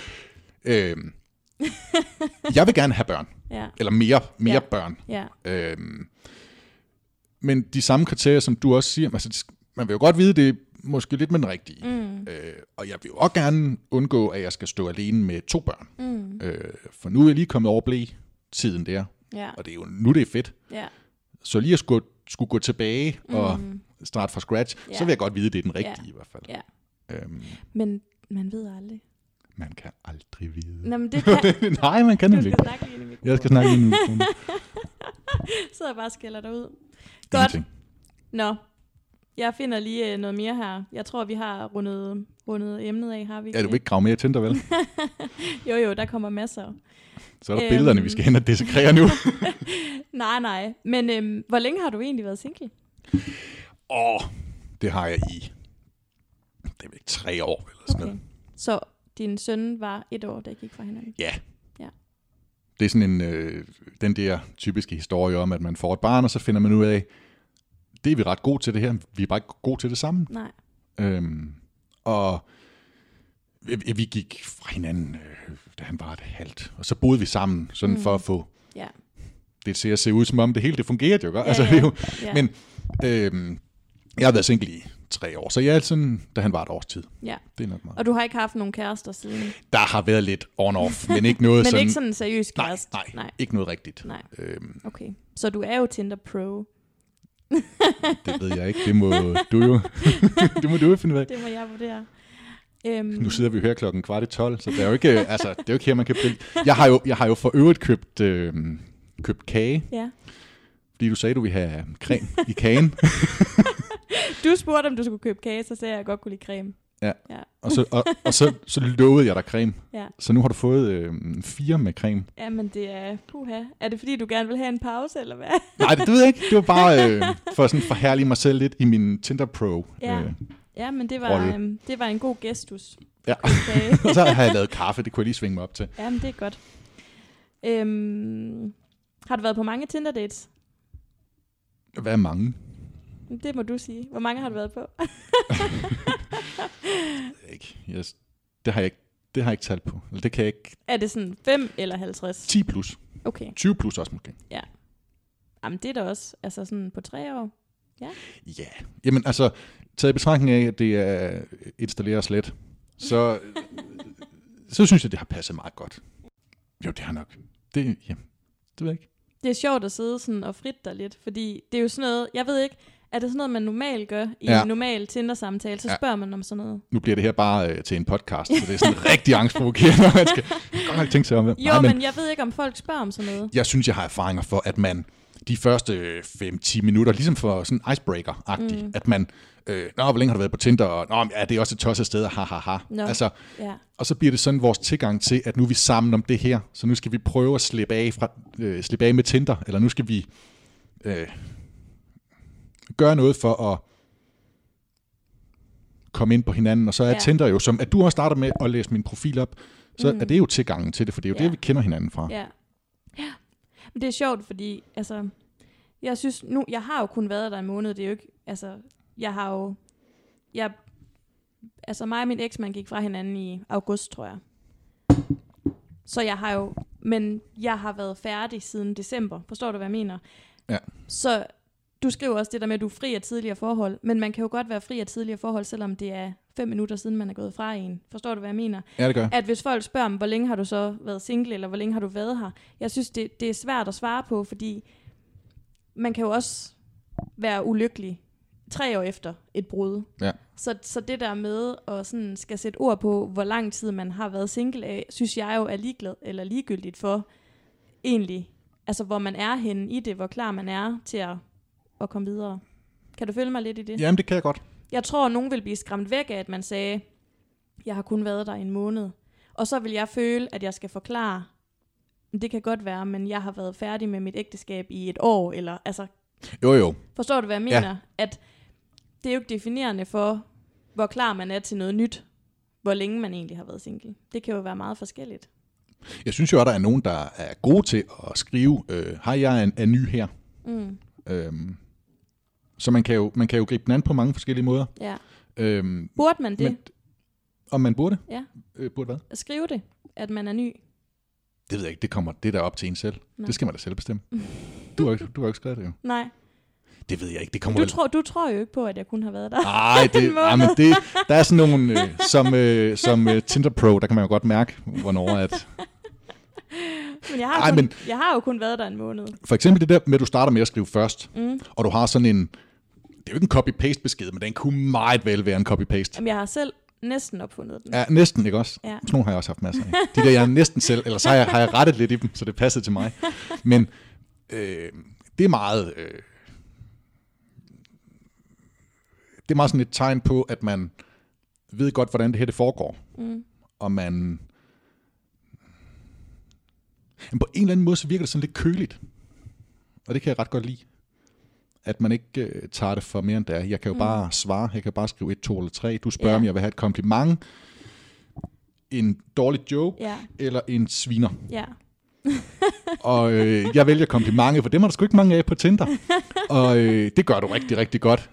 jeg vil gerne have børn. Ja. Eller mere børn. Ja. Men de samme kriterier, som du også siger, altså, man vil jo godt vide, det er måske lidt med den rigtige. Og jeg vil jo også gerne undgå, at jeg skal stå alene med 2 børn. For nu er jeg lige kommet over blæ-tiden der. Ja. Og det er jo nu, det er fedt. Ja. Så lige at skulle gå tilbage og starte fra scratch, så vil jeg godt vide, det er den rigtige i hvert fald. Ja. Men man ved aldrig. Man kan aldrig vide. Nå, men det kan... Nej, man kan ikke. Jeg skal snakke lige nu. Så jeg bare skælder dig ud. Godt. Nå, jeg finder lige noget mere her. Jeg tror, vi har rundet emnet af, har vi ikke? Ja, du vil ikke grave mere Tinder, vel? jo, der kommer masser. Så er der billederne, vi skal hen og desekrere nu. nej. Men hvor længe har du egentlig været single? Det har jeg i... Det er vel ikke 3 år eller sådan noget. Så din søn var 1 år, da I gik fra hinanden? Ja. Det er sådan den der typiske historie om, at man får et barn, og så finder man ud af, det er vi ret gode til det her, vi er bare ikke gode til det sammen. Nej. Og vi gik fra hinanden, da han var et halvt, og så boede vi sammen, sådan for at få det til at se ud, som om det hele det fungerede jo godt. Men jeg har været single i 3 år, så jeg er sådan, da han var et års tid. Ja. Det er nok meget. Og du har ikke haft nogen kærester siden? Der har været lidt on-off, men ikke noget men sådan... Men ikke sådan en seriøs kæreste? Nej, ikke noget rigtigt. Nej. Okay, så du er jo Tinder Pro? Det ved jeg ikke, det må du jo det må du jo finde ud af. Det må jeg vurdere. Nu sidder vi her 11:15, så det er jo ikke, det er jo ikke her, man kan blive... Jeg har jo for øvrigt købt kage, fordi du sagde, du ville have creme i kagen. Du spurgte, om du skulle købe kage, så sagde jeg, at jeg godt kunne lide creme. Ja. Og så lovede jeg dig creme. Ja. Så nu har du fået 4 med creme. Ja, men det er puha. Er det fordi, du gerne vil have en pause, eller hvad? Nej, det ved jeg ikke. Det var bare for sådan forherlige mig selv lidt i min Tinder Pro. Ja, men det var en god gestus. Ja, og så har jeg lavet kaffe. Det kunne jeg lige svinge mig op til. Ja, men det er godt. Har du været på mange Tinder-dates? Hvad er mange? Det må du sige. Hvor mange har du været på? Det har jeg ikke talt på. Eller det kan jeg ikke. Er det sådan 5 eller 50? 10 plus. Okay. 20 plus også måske. Ja. Jamen det er da også, altså sådan på 3 år. Ja. Ja. Jamen altså, taget i betragtning af, at det er installeret slet, så synes jeg, det har passet meget godt. Jo, det har nok. Det ved jeg ikke. Det er sjovt at sidde sådan og fritte dig lidt, fordi det er jo sådan noget, jeg ved ikke, er det sådan noget, man normalt gør i en normal Tinder-samtale, så spørger man om sådan noget. Nu bliver det her bare til en podcast, så det er sådan rigtig angstprovokerende, og man skal godt nok tænke sig om det. Jo, men jeg ved ikke, om folk spørger om sådan noget. Jeg synes, jeg har erfaringer for, at man de første 5-10 minutter, ligesom for sådan en icebreaker-agtigt, at man, hvor længe har du været på Tinder, og det er også et tosset sted, ha. Altså, og så bliver det sådan vores tilgang til, at nu er vi sammen om det her, så nu skal vi prøve at slippe af med Tinder, eller nu skal vi gøre noget for at komme ind på hinanden, og så er Tinder jo, som at du også starter med at læse min profil op, så er det jo tilgangen til det, for det er jo det, vi kender hinanden fra. Ja. Men det er sjovt, fordi altså, jeg synes nu, jeg har jo kun været der en måned, det er jo ikke, altså, mig og min eksmand gik fra hinanden i august, tror jeg. Så jeg har været færdig siden december, forstår du, hvad jeg mener? Ja. Så du skriver også det der med, at du er fri af tidligere forhold, men man kan jo godt være fri af tidligere forhold, selvom det er 5 minutter siden, man er gået fra en. Forstår du, hvad jeg mener? Ja, det gør. At hvis folk spørger mig, hvor længe har du så været single, eller hvor længe har du været her? Jeg synes, det er svært at svare på, fordi man kan jo også være ulykkelig 3 år efter et brud. Ja. Så det der med at sådan skal sætte ord på, hvor lang tid man har været single af, synes jeg jo er ligeglad eller ligegyldigt for egentlig, altså hvor man er henne i det, hvor klar man er til at komme videre. Kan du følge mig lidt i det? Jamen, det kan jeg godt. Jeg tror, at nogen vil blive skræmt væk af, at man sagde, jeg har kun været der en måned. Og så vil jeg føle, at jeg skal forklare, det kan godt være, men jeg har været færdig med mit ægteskab i 1 år, eller altså... Jo. Forstår du, hvad jeg mener? Ja. At det er jo ikke definerende for, hvor klar man er til noget nyt, hvor længe man egentlig har været single. Det kan jo være meget forskelligt. Jeg synes jo, at der er nogen, der er gode til at skrive, hej, jeg er ny her. Så man kan jo gribe den an på mange forskellige måder. Ja. Burde man det? Om man burde? Ja. Burde hvad? At skrive det, at man er ny. Det ved jeg ikke, det der op til en selv. Nej. Det skal man da selv bestemme. Du har ikke skrevet det jo. Nej. Det ved jeg ikke. Det kommer du tror jo ikke på, at jeg kun har været der. Nej, der er sådan nogle, som Tinder Pro, der kan man jo godt mærke, hvornår at... Men jeg har jo kun været der en måned. For eksempel det der med, at du starter med at skrive først, og du har sådan en... Det er jo ikke en copy-paste besked, men den kunne meget vel være en copy-paste. Jamen, jeg har selv næsten opfundet den. Ja, næsten, ikke også? Ja. Sådan nogle har jeg også haft masser af. De der, jeg næsten selv, eller så har jeg rettet lidt i dem, så det passede til mig. Men det er meget... det er meget sådan et tegn på, at man ved godt, hvordan det her det foregår. Og man... Men på en eller anden måde, så virker det sådan lidt køligt. Og det kan jeg ret godt lide. At man ikke tager det for mere end det er. Jeg kan jo bare svare. Jeg kan bare skrive 1, 2 eller 3. Du spørger, om jeg vil have et kompliment, en dårlig joke, eller en sviner. Ja. Og jeg vælger komplimentet, for dem er der sgu ikke mange af på Tinder. Og det gør du rigtig, rigtig godt.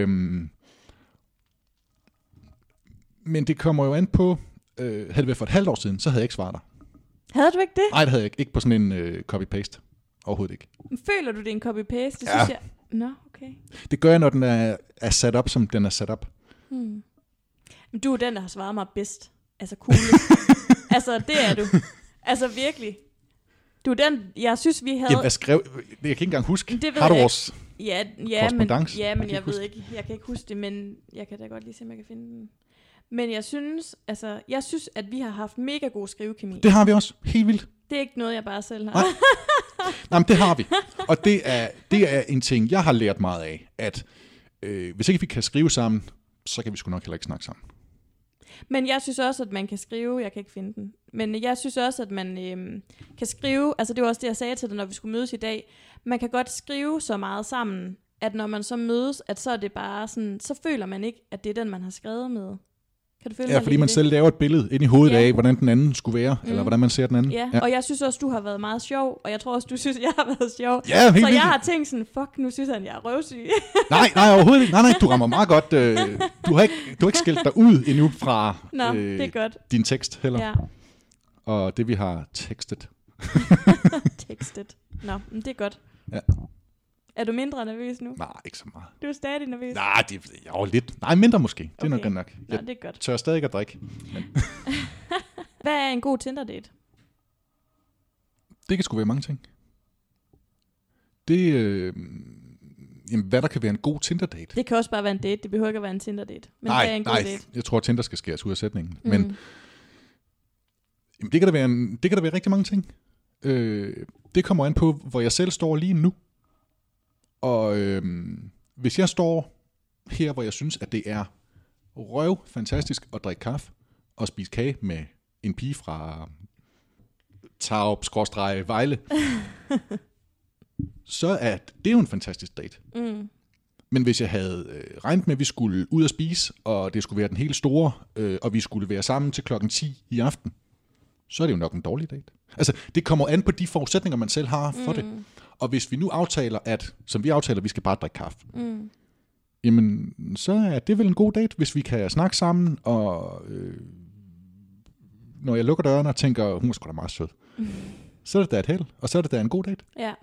Men det kommer jo an på, havde det været for et halvt år siden, så havde jeg ikke svaret dig. Havde du ikke det? Nej, det havde jeg ikke. Ikke på sådan en copy-paste. Overhovedet ikke. Føler du, det er en copy-paste? Det synes jeg... Nå, okay. Det gør jeg, når den er sat op, som den er sat op. Men du er den, der har svaret mig bedst. Altså cool. Altså, det er du. Altså, virkelig. Du er den, jeg synes, vi havde... Jamen, jeg skrev... Jeg kan ikke engang huske. Har du vores korrespondance? Men jeg ved ikke. Jeg kan ikke huske det, men jeg kan da godt lige se, om jeg kan finde den. Men jeg synes, at vi har haft mega god skrivekemi. Det har vi også. Helt vildt. Det er ikke noget, jeg bare selv har. Nej, men det har vi. Og det er en ting, jeg har lært meget af, at hvis ikke vi kan skrive sammen, så kan vi sgu nok heller ikke snakke sammen. Men jeg synes også, at man kan skrive, jeg kan ikke finde den, men jeg synes også, at man kan skrive, altså det var også det, jeg sagde til dig, når vi skulle mødes i dag, man kan godt skrive så meget sammen, at når man så mødes, at så er det bare sådan, så føler man ikke, at det er den, man har skrevet med. Kan du føle fordi man selv laver et billede ind i hovedet af, hvordan den anden skulle være, eller hvordan man ser den anden. Ja, og jeg synes også, du har været meget sjov, og jeg tror også, du synes, jeg har været sjov. Ja, helt så vildt. Jeg har tænkt sådan, fuck, nu synes han, jeg er røvsyg. nej, overhovedet ikke. Nej, du rammer meget godt. Du har ikke skilt dig ud endnu fra det er godt. Din tekst heller. Ja. Og det, vi har tekstet. Tekstet. Nå, men det er godt. Ja. Er du mindre nervøs nu? Nej, ikke så meget. Du er stadig nervøs? Nej, jeg er lidt. Nej, mindre måske. Det er nok nok. Det er godt. Tør stadig at drikke. Men. Hvad er en god Tinder-date? Det kan sgu være mange ting. Det, jamen, hvad der kan være en god Tinder-date? Det kan også bare være en date. Det behøver ikke at være en Tinder-date. Men hvad er en god date? Jeg tror, at Tinder skal skæres ud af sætningen. Men jamen, det kan der være rigtig mange ting. Det kommer an på, hvor jeg selv står lige nu. Og hvis jeg står her, hvor jeg synes, at det er fantastisk at drikke kaffe og spise kage med en pige fra Tarup/Vejle, så er det jo en fantastisk date. Men hvis jeg havde regnet med, at vi skulle ud og spise, og det skulle være den helt store, og vi skulle være sammen til 10:00 i aften, så er det jo nok en dårlig date. Altså, det kommer an på de forudsætninger, man selv har for det. Og hvis vi nu aftaler, vi skal bare drikke kaffe, jamen, så er det vel en god date, hvis vi kan snakke sammen, og når jeg lukker dørene og tænker, hun er sgu da meget sød, så er det da et held, og så er det da en god date. Ja.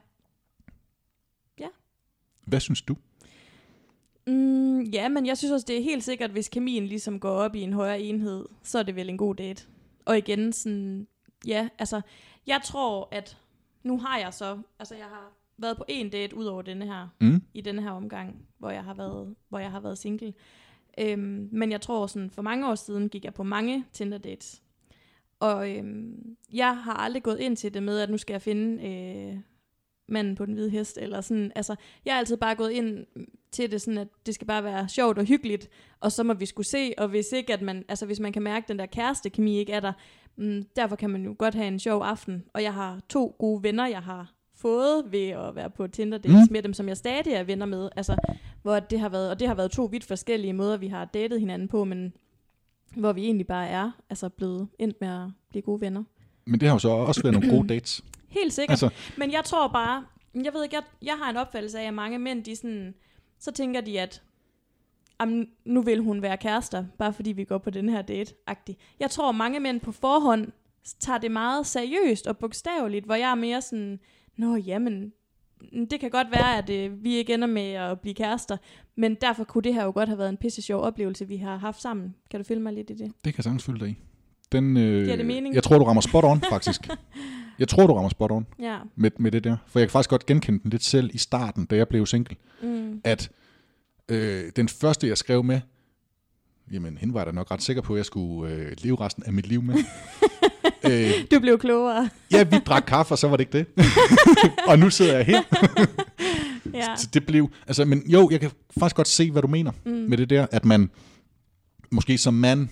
Hvad synes du? Ja, men jeg synes også, det er helt sikkert, hvis kemien ligesom går op i en højere enhed, så er det vel en god date. Og igen, sådan, ja, altså, jeg tror, at nu har jeg så, altså jeg har været på en date ud over denne her, i denne her omgang, hvor jeg har været single. Men jeg tror sådan, for mange år siden gik jeg på mange Tinder dates. Og jeg har aldrig gået ind til det med, at nu skal jeg finde manden på den hvide hest, eller sådan, altså, jeg har altid bare gået ind til det sådan, at det skal bare være sjovt og hyggeligt, og så må vi skulle se, og hvis ikke, at man, altså hvis man kan mærke, at den der kærestekemi ikke er der, derfor kan man jo godt have en sjov aften, og jeg har 2 gode venner, jeg har fået ved at være på Tinder dates med dem, som jeg stadig er venner med, altså, hvor det har været, og det har været 2 vidt forskellige måder, vi har datet hinanden på, men hvor vi egentlig bare er, altså blevet endt med at blive gode venner. Men det har jo så også været nogle gode dates. Helt sikkert. Altså. Men jeg tror bare, jeg ved ikke, jeg har en opfattelse af, at mange mænd, de sådan, så tænker de, at nu vil hun være kærester, bare fordi vi går på den her date-agtig. Jeg tror, mange mænd på forhånd tager det meget seriøst og bogstaveligt, hvor jeg er mere sådan, jamen, det kan godt være, at vi ikke ender med at blive kærester, men derfor kunne det her jo godt have været en pisse sjov oplevelse, vi har haft sammen. Kan du følge mig lidt i det? Det kan sagtens følge dig i. Giver det mening? Jeg tror, du rammer spot on, faktisk. Jeg tror, du rammer spot on med det der. For jeg kan faktisk godt genkende den lidt selv i starten, da jeg blev single. At den første, jeg skrev med, jamen hende var jeg da nok ret sikker på, at jeg skulle leve resten af mit liv med. Du blev klogere. Ja, vi drak kaffe, og så var det ikke det. Og nu sidder jeg her. Ja. Så det blev, altså, men jo, jeg kan faktisk godt se, hvad du mener med det der, at man måske som mand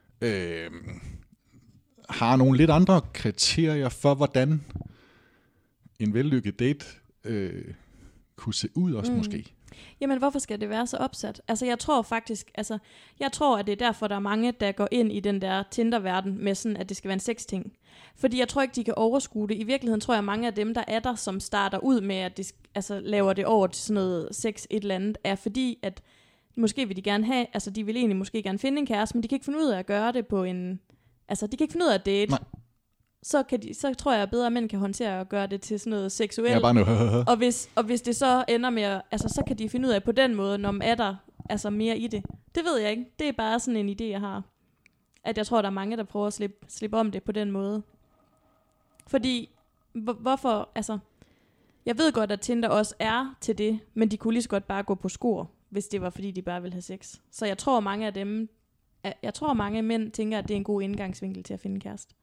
har nogle lidt andre kriterier for, hvordan en vellykket date kunne se ud også måske. Jamen, hvorfor skal det være så opsat? Altså, jeg tror, at det er derfor, der er mange, der går ind i den der Tinder-verden med sådan, at det skal være en sexting. Fordi jeg tror ikke, de kan overskue det. I virkeligheden tror jeg, at mange af dem, der er der, som starter ud med, at de laver det over til sådan noget sex et eller andet, er fordi, at måske vil de gerne have, altså de vil egentlig måske gerne finde en kæreste, men de kan ikke finde ud af at gøre det på en, altså de kan ikke finde ud af at date. Nej. Så tror jeg, at bedre mænd kan håndtere at gøre det til sådan noget seksuelt. Ja, bare noget. og hvis det så ender med, altså så kan de finde ud af på den måde, når man er der altså mere i det. Det ved jeg ikke. Det er bare sådan en idé, jeg har. At jeg tror, der er mange, der prøver at slippe om det på den måde. Fordi, hvorfor, altså, jeg ved godt, at Tinder også er til det, men de kunne lige så godt bare gå på skur, hvis det var, fordi de bare ville have sex. Så jeg tror, mange mænd tænker, at det er en god indgangsvinkel til at finde en kæreste.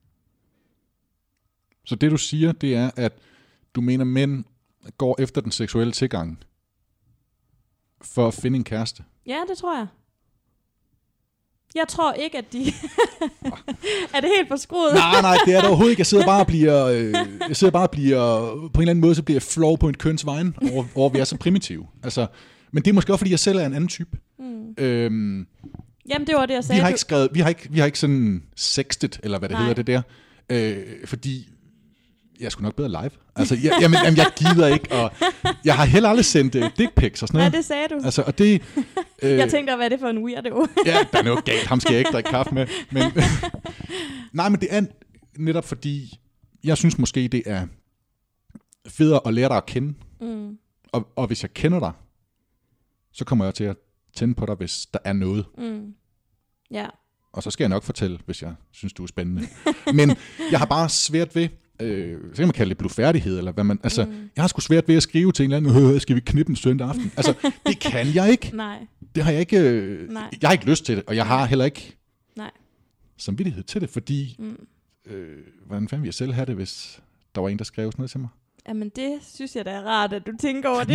Så det du siger, det er, at du mener, mænd går efter den seksuelle tilgang for at finde en kæreste? Ja, det tror jeg. Jeg tror ikke, at de... Er det helt forskruet? Nej, det er det overhovedet ikke. Jeg sidder bare og bliver... På en eller anden måde, så bliver jeg flov på en køns vejen, over vi er så primitive. Altså, men det er måske også, fordi jeg selv er en anden type. Jamen, det var det, jeg sagde. Vi har ikke sådan sextet, eller hvad det hedder det der. Fordi... Jeg skulle nok bedre live. Altså, jeg gider ikke, og jeg har heller aldrig sendt dick pics og sådan noget. Ja, det sagde du. Altså, og det, jeg tænkte, hvad er det for en weirdo? Ja, der er noget galt. Ham skal jeg ikke drikke kaffe med. Men, nej, men det er netop fordi, jeg synes måske, det er federe at lære dig at kende. Og hvis jeg kender dig, så kommer jeg til at tænde på dig, hvis der er noget. Ja. Og så skal jeg nok fortælle, hvis jeg synes, du er spændende. Men jeg har bare svært ved, så kan man kalde det blufærdighed, eller hvad man, altså, jeg har sgu svært ved at skrive til en eller anden, skal vi knippe en søndag aften? Altså, det kan jeg ikke. Nej. Det har jeg ikke, jeg har ikke lyst til det, og jeg har heller ikke samvittighed til det, fordi, hvordan fanden vil jeg selv have det, hvis der var en, der skrev sådan noget til mig? Jamen, det synes jeg da er rart, at du tænker over det.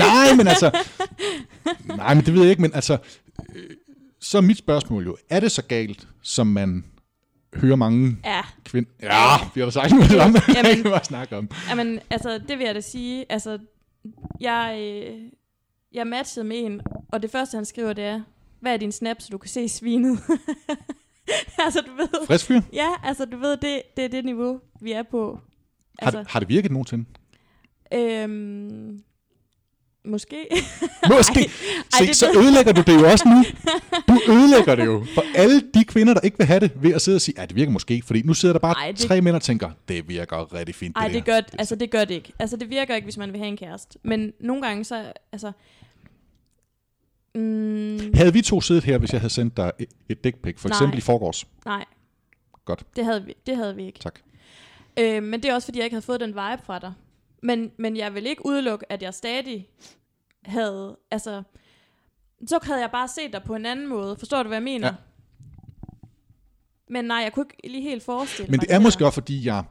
Nej, men det ved jeg ikke, men altså, så er mit spørgsmål jo, er det så galt, som man hører mange kvinder... Ja, vi har da sagt noget om det, jeg kan bare snakke om. Jamen, altså, det vil jeg da sige. Altså, jeg matchede med en, og det første, han skriver, det er, hvad er din snap, så du kan se svinet? Altså, du ved... Frisk fyr? Ja, altså, du ved, det er det niveau, vi er på. Altså, har det virket nogensinde? Måske. Så ødelægger du det jo også nu. Du ødelægger det jo for alle de kvinder, der ikke vil have det, ved at sidde og sige, det virker måske, fordi nu sidder der bare 3 mænd og tænker, det virker rigtig fint. Nej, det gør det ikke. Altså, det virker ikke, hvis man vil have en kæreste. Men nogle gange så, altså... Havde vi to siddet her, hvis jeg havde sendt dig et dick pic, for eksempel i forgårs? Nej. Godt. Det havde vi ikke. Tak. Men det er også, fordi jeg ikke havde fået den vibe fra dig. Men jeg vil ikke udelukke, at jeg stadig havde, altså, så havde jeg bare set dig på en anden måde. Forstår du, hvad jeg mener? Ja. Men nej, jeg kunne ikke lige helt forestille mig. Men det er måske også, fordi jeg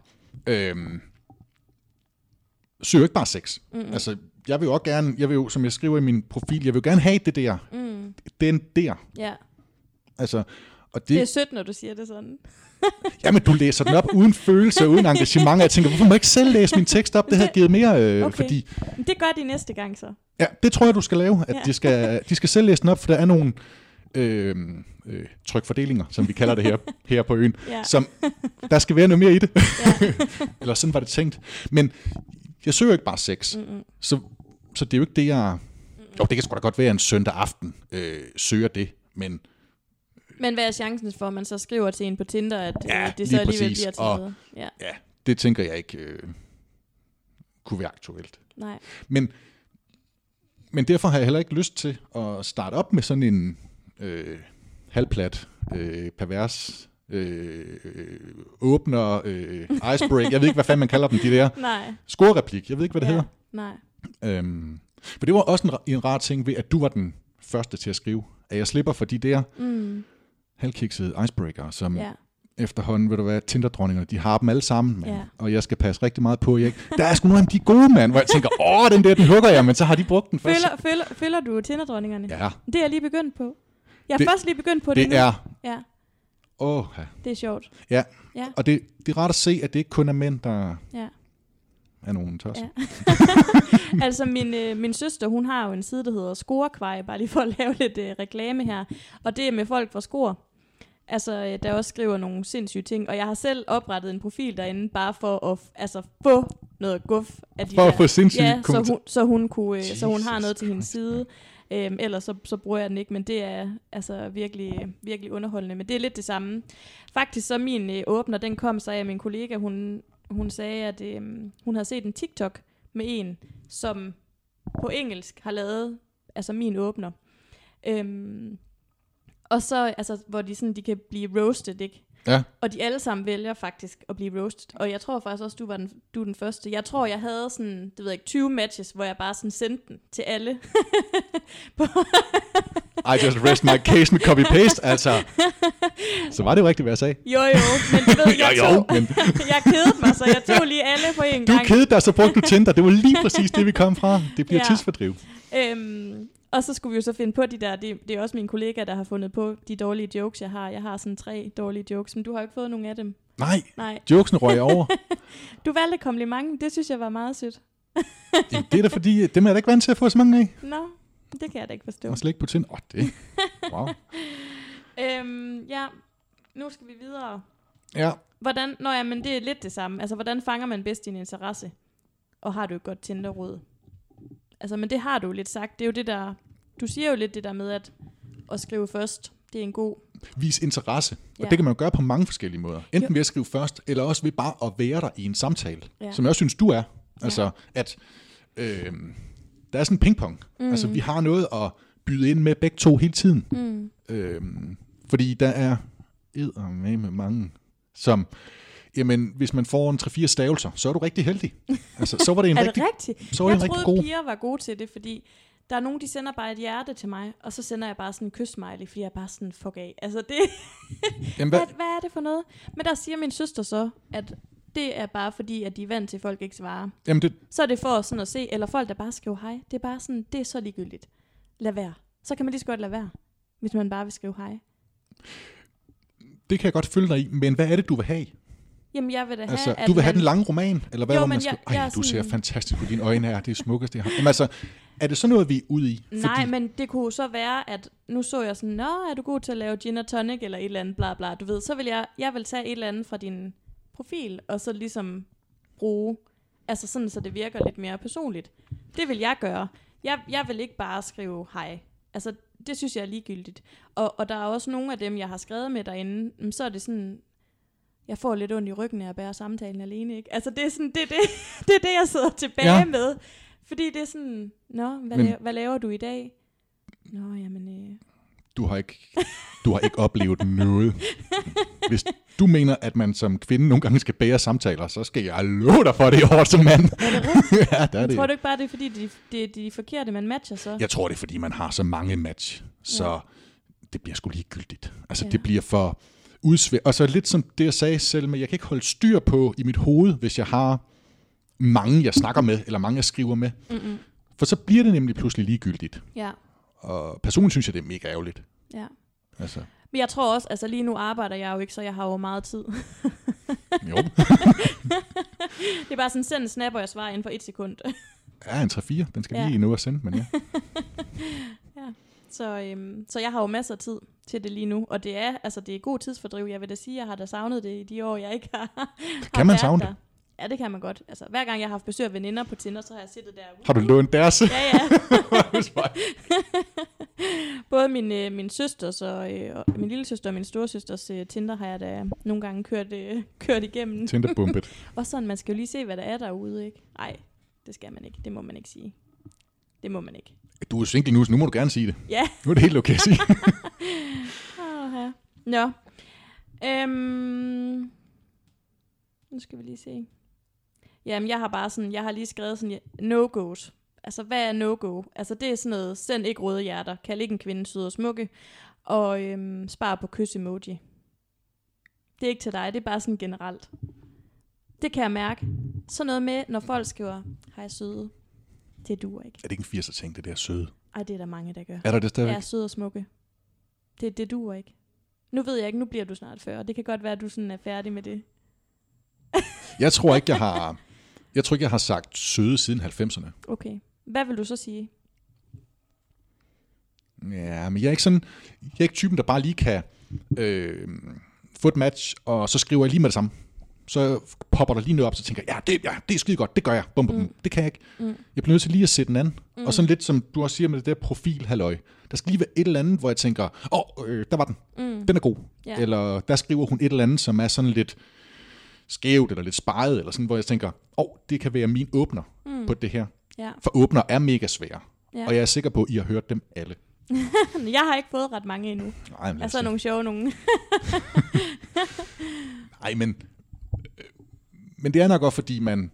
søger ikke bare sex. Altså, jeg vil jo, som jeg skriver i min profil, jeg vil jo gerne have det der. Den der. Ja. Altså, og det er sødt, når du siger det sådan. Jamen, du læser den op uden følelse, uden engagement. Jeg tænker, hvorfor må jeg ikke selv læse min tekst op? Det havde givet mere, okay. Fordi... Det gør de næste gang så. Ja, det tror jeg, du skal lave. At de skal selv læse den op, for der er nogle trykfordelinger, som vi kalder det her på øen. Som, der skal være noget mere i det. Eller sådan var det tænkt. Men jeg søger ikke bare sex. Så det er jo ikke det, jeg... Jo, det kan sgu da godt være en søndag aften søger det, men hvad er chancen for, at man så skriver til en på Tinder, at det så alligevel bliver til noget? Ja, det tænker jeg ikke kunne være aktuelt. Nej. Men derfor har jeg heller ikke lyst til at starte op med sådan en halvplat, pervers, åbner, icebreak. Jeg ved ikke, hvad fanden man kalder dem, de der. Nej. Scorereplik. Jeg ved ikke, hvad det hedder. Nej. For det var også en rar ting ved, at du var den første til at skrive. At jeg slipper for de der halvkiksede icebreaker, som efterhånden, ved du hvad, Tinder-dronningerne, de har dem alle sammen, mand. Og jeg skal passe rigtig meget på, der er sgu nogle af de gode, mand, hvor jeg tænker, den hugger jeg, men så har de brugt den først. Følger du Tinder-dronningerne? Ja. Det er jeg lige begyndt på. Jeg er først lige begyndt på det nu. Ja. Det er sjovt. Ja. Og det er rart at se, at det ikke kun er mænd, der er nogen tosser. Ja. Altså min søster, hun har jo en side, der hedder Scorekvaj, bare lige for at lave lidt reklame her. Og det er med folk fra Score. Altså, der også skriver nogle sindssyge ting. Og jeg har selv oprettet en profil derinde, bare for at få noget guf af de for at få sindssyge så hun har noget til hendes side. Ellers så bruger jeg den ikke, men det er altså virkelig, virkelig underholdende. Men det er lidt det samme. Faktisk så min åbner, den kom så af min kollega, hun sagde, at hun havde set en TikTok med en, som på engelsk har lavet altså min åbner. Og så, altså, hvor de kan blive roasted, ikke? Ja. Og de alle sammen vælger faktisk at blive roasted. Og jeg tror faktisk også, du er den første. Jeg tror, jeg havde sådan, 20 matches, hvor jeg bare sådan sendte den til alle. I just rest my case med copy-paste, altså. Så var det jo rigtigt, hvad jeg sagde. Jo, men du ved, jeg kedede mig, så jeg tog lige alle på en gang. Du kedede dig, så brugte du Tinder. Det var lige præcis det, vi kom fra. Det bliver tidsfordriv. Og så skulle vi jo så finde på de der, det er også min kollega, der har fundet på de dårlige jokes, jeg har. Jeg har sådan 3 dårlige jokes, men du har jo ikke fået nogen af dem. Nej. Jokesen røg over. Du valgte kompliment, det synes jeg var meget sødt. Jamen, det er da fordi, dem er jeg da ikke vant til at få så mange af. Nå, det kan jeg da ikke forstå. Og slet ikke på Tinder. Det. Wow. Ja, nu skal vi videre. Ja. Men det er lidt det samme. Altså, hvordan fanger man bedst din interesse? Og har du et godt Tinder-råd? Altså, men det har du lidt sagt. Det er jo det der, du siger jo lidt det der med at skrive først. Det er en god... Vis interesse. Og det kan man jo gøre på mange forskellige måder. Enten ved at skrive først, eller også ved bare at være der i en samtale. Som jeg også synes, du er. Altså, at der er sådan en pingpong. Altså, vi har noget at byde ind med begge to hele tiden. Fordi der er med mange, som... Jamen, hvis man får en 3-4 stavelser, så er du rigtig heldig. Altså, så var det en rigtig god. Jeg troede, piger var gode til det, fordi der er nogen, de sender bare et hjerte til mig, og så sender jeg bare sådan en kys-smiley, fordi jeg er bare sådan, fuck af. Altså, det... Jamen, hvad er det for noget? Men der siger min søster så, at det er bare fordi, at de er vant til, at folk ikke svarer. Jamen, så er det for sådan at se, eller folk, der bare skriver hej. Det er bare sådan, det er så ligegyldigt. Lad være. Så kan man lige så godt lade være, hvis man bare vil skrive hej. Det kan jeg godt følge dig i, men hvad er det, du vil have? Jamen, jeg vil da have, du vil have den lange roman, eller hvad? Du ser fantastisk ud, dine øjne er det smukkeste, jeg har. Jamen, altså, er det så noget, vi er ude i? Nej, men det kunne så være, at nu så jeg sådan, er du god til at lave gin og tonic, eller et eller andet, bla bla, du ved, så vil jeg vil tage et eller andet fra din profil, og så ligesom bruge, altså sådan, så det virker lidt mere personligt. Det vil jeg gøre. Jeg vil ikke bare skrive hej. Altså, det synes jeg er ligegyldigt. Og der er også nogle af dem, jeg har skrevet med derinde, så er det sådan... Jeg får lidt ondt i ryggen, når jeg bærer samtalen alene, ikke? Altså, det er sådan, det er det, jeg sidder tilbage med. Fordi det er sådan, hvad laver du i dag? Du har ikke oplevet noget. Hvis du mener, at man som kvinde nogle gange skal bære samtaler, så skal jeg love dig for det i år som mand. Er det rigtigt? Ja, det er det. Tror du ikke bare, det er fordi, det er de forkerte, man matcher så? Jeg tror, det er fordi, man har så mange match, så det bliver sgu ligegyldigt. Altså, det bliver for... Og så lidt som det, jeg sagde selv, men jeg kan ikke holde styr på i mit hoved, hvis jeg har mange, jeg snakker med, eller mange, jeg skriver med. Mm-mm. For så bliver det nemlig pludselig ligegyldigt. Ja. Og personligt synes jeg, det er mega ærgerligt. Ja. Altså. Men jeg tror også, altså lige nu arbejder jeg jo ikke, så jeg har jo meget tid. Jo. Det er bare sådan, send en snap, og jeg svarer inden for 1 sekund. Ja, en 3-4. Den skal lige nå at sende, men ja. Ja. Så jeg har jo masser af tid til det lige nu, og det er god tidsfordriv. Jeg vil da sige, jeg har da savnet det i de år, jeg ikke har. Kan man savne det? Ja, det kan man godt. Altså, hver gang jeg har haft besøg af veninder på Tinder, så har jeg siddet der. Har du lånt deres? Ja. Både min søsters og min lille søster og min storesøsters Tinder har jeg da nogle gange kørt igennem. Tinderbumpet. Og sådan, man skal jo lige se, hvad der er derude, ikke? Nej, det skal man ikke. Det må man ikke sige. Det må man ikke. Du er single nu, så nu må du gerne sige det. Ja. Nu er det helt okay at sige. Nå. Nu skal vi lige se. Jamen, jeg har lige skrevet sådan, no-go's. Altså, hvad er no-go? Altså, det er sådan noget, send ikke røde hjerter, kald ikke en kvinde sød og smukke, Og spar på kys-emoji. Det er ikke til dig, det er bare sådan generelt. Det kan jeg mærke. Sådan noget med, når folk skriver, hej søde, det duer ikke. Er det ikke en 80'er ting, det der søde? Ej, det er der mange, der gør. Er der det stadigvæk? Ja, søde og smukke. Det duer ikke. Nu ved jeg ikke, nu bliver du snart 40. Det kan godt være, at du sådan er færdig med det. Jeg tror ikke, jeg har sagt søde siden 90'erne. Okay. Hvad vil du så sige? Ja, men jeg er ikke typen, der bare lige kan få et match, og så skriver jeg lige med det samme. Så popper der lige noget op, så tænker jeg, det er skide godt, det gør jeg. Bum, bum, bum. Det kan jeg ikke. Jeg bliver nødt til lige at sætte den anden. Og sådan lidt, som du også siger med det der profil-halløj. Der skal lige være et eller andet, hvor jeg tænker, der var den. Den er god. Yeah. Eller der skriver hun et eller andet, som er sådan lidt skævt, eller lidt spejet, eller sådan, hvor jeg tænker, det kan være min åbner på det her. Yeah. For åbner er mega svære. Yeah. Og jeg er sikker på, at I har hørt dem alle. Jeg har ikke fået ret mange endnu. Nej, altså nogle sjove nogen. Nej, men det er nok også, fordi man...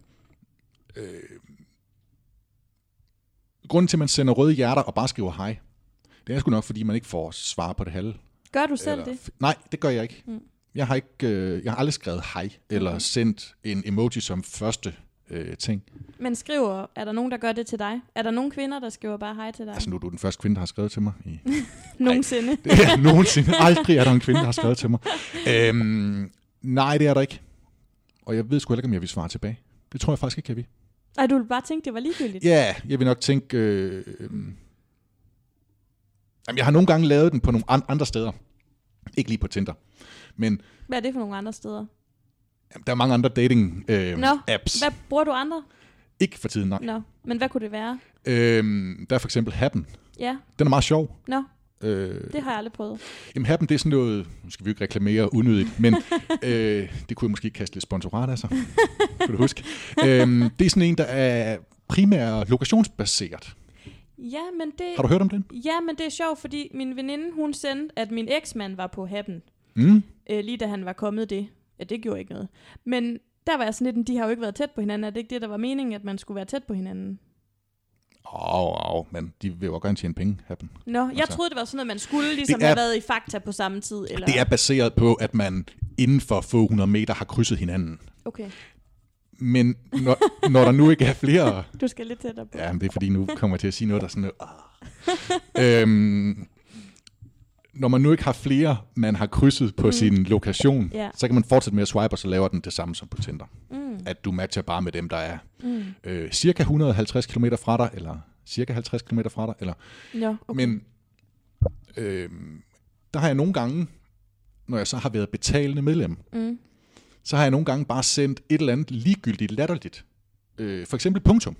grunden til, at man sender røde hjerter og bare skriver hej, det er sgu nok, fordi man ikke får svar på det halve. Gør du selv det? Nej, det gør jeg ikke. Jeg har aldrig skrevet hej, eller sendt en emoji som første ting. Men er der nogen, der gør det til dig? Er der nogen kvinder, der skriver bare hej til dig? Altså nu er du den første kvinde, der har skrevet til mig. Nogensinde? Nogensinde. Aldrig er der en kvinde, der har skrevet til mig. Nej, det er der ikke. Og jeg ved sgu heller ikke, om jeg vil svare tilbage. Det tror jeg faktisk ikke, jeg vil. Ej, du ville bare tænke, det var ligegyldigt? Ja, jeg vil nok tænke... jeg har nogle gange lavet den på nogle andre steder. Ikke lige på Tinder. Men, hvad er det for nogle andre steder? Jamen, der er mange andre dating apps. Hvad bruger du andre? Ikke for tiden, nej. Men hvad kunne det være? Der er for eksempel Happen. Ja. Den er meget sjov. Det har jeg aldrig prøvet. Jamen Happen, det er sådan noget, nu skal vi jo ikke reklamere unødigt, men det kunne jeg måske kaste lidt sponsorat af sig. Kan du huske? Det er sådan en, der er primært lokationsbaseret. Ja, men det... Har du hørt om den? Ja, men det er sjovt, fordi min veninde, hun sendte, at min eksmand var på Happen. Lige da han var kommet det. Ja, det gjorde ikke noget. Men der var jeg sådan lidt, de har jo ikke været tæt på hinanden. Er det ikke det, der var meningen, at man skulle være tæt på hinanden? Men de vil jo gerne tjene penge, Happen. Jeg troede, det var sådan noget, man skulle ligesom have været i Fakta på samme tid. Eller? Det er baseret på, at man inden for få 100 meter har krydset hinanden. Okay. Men når der nu ikke er flere... Du skal lidt tættere på. Ja, men det er fordi, nu kommer jeg til at sige noget, der er sådan... når man nu ikke har flere, man har krydset på sin lokation, så kan man fortsætte med at swipe, og så laver den det samme som på Tinder. At du matcher bare med dem, der er cirka 150 km fra dig, eller cirka 50 km fra dig. Eller. Ja, okay. Men der har jeg nogle gange, når jeg så har været betalende medlem, så har jeg nogle gange bare sendt et eller andet ligegyldigt latterligt. For eksempel punktum.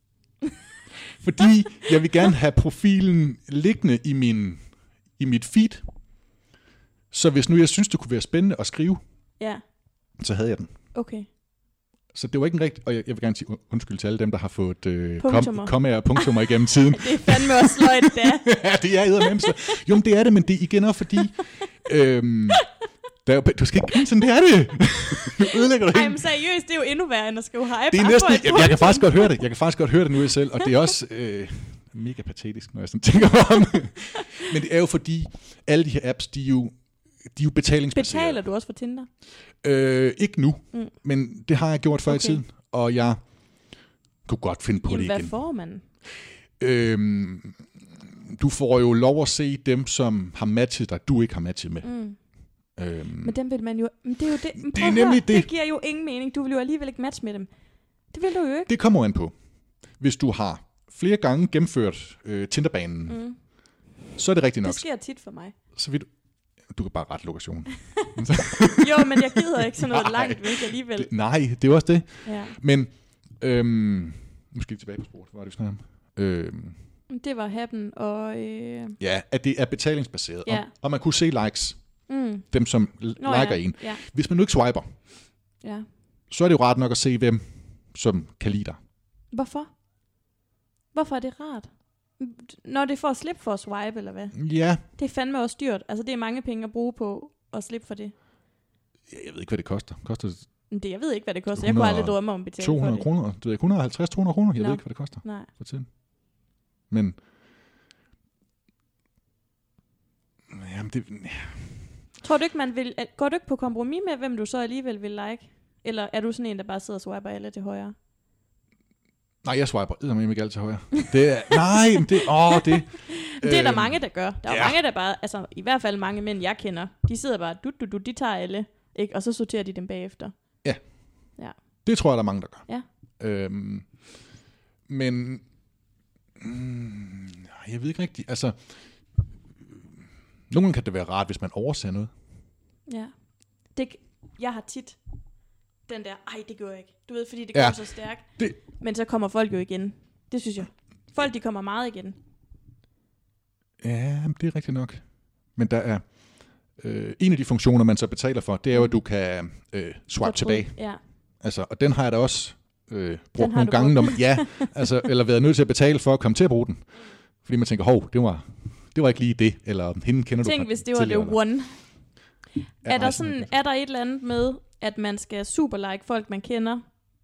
Fordi jeg vil gerne have profilen liggende i mit feed. Så hvis nu jeg synes, det kunne være spændende at skrive, så havde jeg den. Okay. Så det var ikke en rigtig... Og jeg vil gerne sige undskyld til alle dem, der har fået kommaer og punktummer igennem tiden. Det er fandme også sløjt, det er. Ja, det er eddermame. Jo, men det er det, men det er igen også fordi... du skal ikke grine sådan, det er det. Nu ødelægger du helt. Ej, men seriøst, det er jo endnu værre, end at skrive hej. Det er næsten... Jeg kan faktisk godt høre det. Jeg kan faktisk godt høre det nu selv, og det er også... mega patetisk, når jeg sådan tænker om det. Men det er jo fordi, alle de her apps, de er jo betalingsbaserede. Betaler du også for Tinder? Ikke nu, men det har jeg gjort før i tiden, og jeg kunne godt finde på det igen. Hvad får man? Du får jo lov at se dem, som har matchet dig, du ikke har matchet med. Men dem vil man jo... Det er jo det. Det er nemlig det. Det giver jo ingen mening. Du vil jo alligevel ikke matche med dem. Det vil du jo ikke. Det kommer an på. Hvis du har flere gange gennemført Tinderbanen, så er det rigtigt nok. Det sker tit for mig. Så vil du kan bare rette lokationen. Jo, men jeg gider ikke sådan noget langt væk alligevel. Nej, det er også det. Ja. Men, nu skal vi tilbage på sporet. Hvad var det, vi snakkede om? Det var Happen og... Ja, at det er betalingsbaseret. Ja. Og man kunne se likes. Dem, som liker en. Ja. Hvis man nu ikke swiper, så er det jo rart nok at se, hvem som kan lide dig. Hvorfor? Hvorfor er det rart? Når det får at slippe for at swipe, eller hvad? Ja. Det er fandme også dyrt. Altså, det er mange penge at bruge på at slippe for det. Jeg ved ikke, hvad det koster. Jeg ved ikke, hvad det koster. 100, jeg kunne aldrig drømme om at betale 200 for det. 200 kroner. Du ved, 150-200 kroner. Jeg ved ikke, hvad det koster. Nej. For tiden. Men... Jamen, Tror du ikke, går du ikke på kompromis med, hvem du så alligevel vil like? Eller er du sådan en, der bare sidder og swiper alle til højre? Nej, jeg swiper eddermame ikke alle til højre. Det er det er der mange, der gør. Der er mange, der bare, altså i hvert fald mange mænd, jeg kender, de sidder bare, de tager alle, ikke? Og så sorterer de dem bagefter. Ja. Det tror jeg, der er mange, der gør. Ja. Men jeg ved ikke rigtigt, altså nogle kan det være rart, hvis man overser noget. Ja. Jeg har tit den der, det gør jeg ikke. Du ved, fordi det går så stærkt. Men så kommer folk jo igen. Det synes jeg. Folk, de kommer meget igen. Ja, det er rigtigt nok. Men der er en af de funktioner, man så betaler for, det er jo, at du kan swipe tilbage. Ja. Altså, og den har jeg da også brugt nogle gange, eller været nødt til at betale for at komme til at bruge den. Fordi man tænker, det var ikke lige det, eller hende kender du. Tænk, hvis det var det one. Er der et eller andet med, at man skal superlike folk, man kender?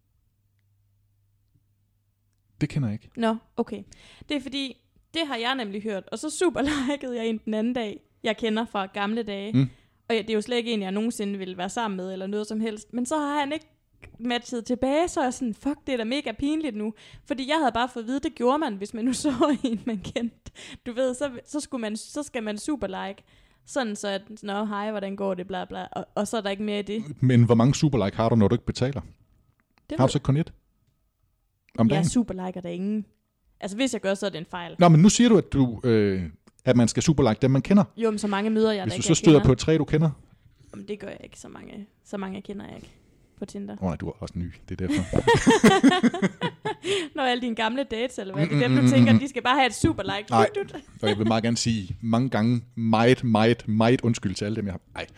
Det kender jeg ikke. Nå, okay. Det er fordi, det har jeg nemlig hørt, og så superlikede jeg en den anden dag, jeg kender fra gamle dage. Og det er jo slet ikke en, jeg nogensinde ville være sammen med, eller noget som helst. Men så har han ikke matchet tilbage, så er jeg sådan, fuck, det er da mega pinligt nu. Fordi jeg havde bare fået at vide, det gjorde man, hvis man nu så en, man kendte. Du ved, så skal man superlike. Sådan så, at, hej, hvordan går det, bla bla, og så er der ikke mere i det. Men hvor mange superlike har du, når du ikke betaler? Har du så kun et? Jeg superliker der ingen. Altså, hvis jeg gør, så er det en fejl. Nå, men nu siger du, at man skal superlike dem, man kender. Jo, men så mange møder jeg, hvis du så støder på 3, du kender? Jamen, det gør jeg ikke, så mange kender jeg ikke på Tinder. Nej, du er også ny, det er derfor. Når alle dine gamle dates, eller hvad, det er dem, du tænker, de skal bare have et superlike. Nej, og jeg vil meget gerne sige mange gange meget undskyld til alle dem, jeg har. Nej.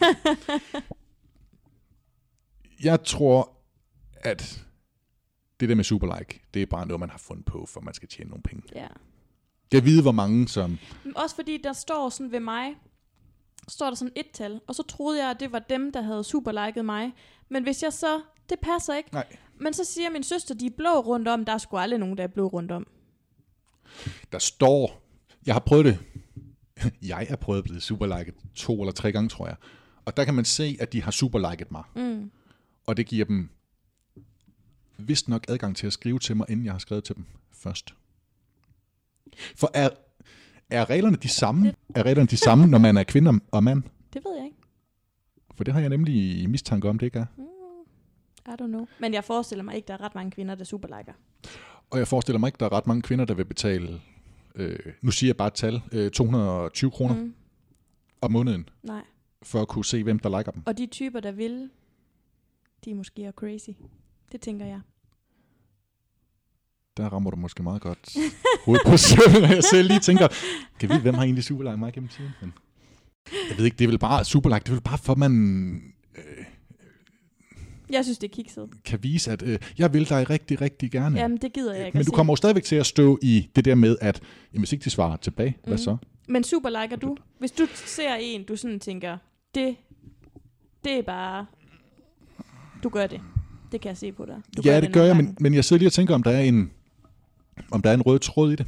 Jeg tror, at det der med superlike, det er bare noget, man har fundet på, for man skal tjene nogle penge. Ja. Jeg ved, hvor mange som... Også fordi der står sådan ved mig, står der sådan et tal, og så troede jeg, at det var dem, der havde superliket mig. Men hvis jeg så... Det passer ikke. Nej. Men så siger min søster, de er blå rundt om. Der er sgu aldrig nogen, der er blå rundt om. Der står... Jeg har prøvet det. Jeg er prøvet at blive superliket 2 eller 3 gange, tror jeg. Og der kan man se, at de har superliket mig. Og det giver dem vist nok adgang til at skrive til mig, inden jeg har skrevet til dem først. For er reglerne de samme? Er reglerne de samme, når man er kvinde og mand? Det ved jeg ikke. For det har jeg nemlig i mistanke om, det ikke er. I don't know. Men jeg forestiller mig ikke, der er ret mange kvinder, der superliker. Og jeg forestiller mig ikke, der er ret mange kvinder, der vil betale, nu siger jeg bare et tal, 220 kroner om måneden. Nej. For at kunne se, hvem der liker dem. Og de typer, der vil, de er måske crazy. Det tænker jeg. Der rammer du måske meget godt hovedet på søvn, når jeg selv lige tænker, kan vi vide, hvem har egentlig superlike mig gennem tiden? Men jeg ved ikke, det er vel bare superlike, det er vel bare for, man... Jeg synes, det er kikset. Kan vise, at jeg vil dig rigtig, rigtig gerne. Jamen, det gider jeg ikke. Men du kommer jo stadigvæk til at stå i det der med, at hvis ikke de svarer tilbage, hvad så? Men superliker du? Hvis du ser en, du sådan tænker, det er bare... Du gør det. Det kan jeg se på dig. Ja, det gør jeg, men jeg sidder lige og tænker, om der er en rød tråd i det.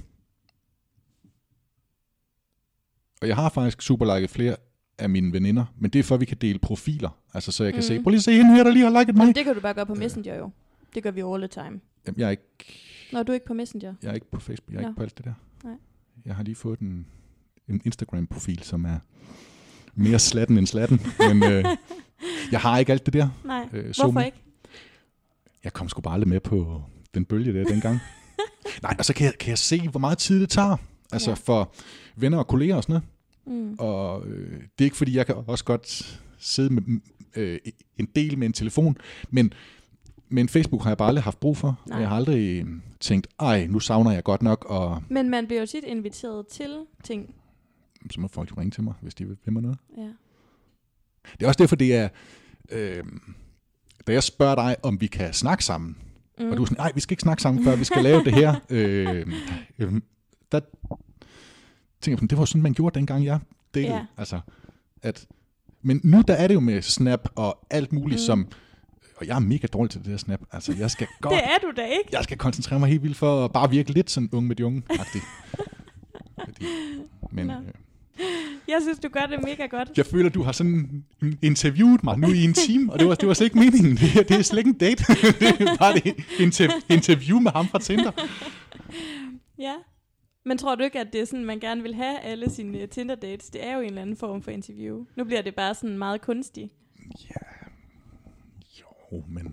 Og jeg har faktisk superliket flere af mine veninder, men det er for, at vi kan dele profiler. Altså, så jeg kan se, prøv lige at se hende her, der lige har liket mig. Jamen, det kan du bare gøre på Messenger jo. Det gør vi all the time. Jamen, jeg er ikke... Nå, du er ikke på Messenger? Jeg er ikke på Facebook, jeg er ikke på alt det der. Nej. Jeg har lige fået en Instagram-profil, som er mere slatten end slatten, men jeg har ikke alt det der. Nej, hvorfor ikke? Jeg kom sgu bare aldrig med på den bølge der dengang. Nej, og så kan jeg se, hvor meget tid det tager. Altså for venner og kolleger og sådan noget. Og det er ikke fordi, jeg kan også godt sidde med en del med en telefon, men Facebook har jeg bare aldrig haft brug for. Og jeg har aldrig tænkt, nu savner jeg godt nok. Men man bliver jo tit inviteret til ting. Så må folk jo ringe til mig, hvis de vil mig noget. Ja. Det er også derfor, det er... da jeg spørger dig, om vi kan snakke sammen, og du er sådan, nej, vi skal ikke snakke sammen, før vi skal lave det her. Der tænker jeg, det var sådan, man gjorde dengang jeg delte. Ja. Altså, men nu der er det jo med Snap og alt muligt, som... Og jeg er mega dårlig til det der Snap. Altså, jeg skal godt... Det er du da ikke. Jeg skal koncentrere mig helt vildt for at bare virke lidt sådan unge med de unge-agtig. Men... Jeg synes, du gør det mega godt. Jeg føler, du har sådan interviewet mig nu i en time, og det var slet ikke meningen. Det er slet ikke en date. Det er bare et interview med ham fra Tinder. Ja. Men tror du ikke, at det er sådan, man gerne vil have alle sine Tinder-dates? Det er jo en eller anden form for interview. Nu bliver det bare sådan meget kunstigt. Ja. Jo, men...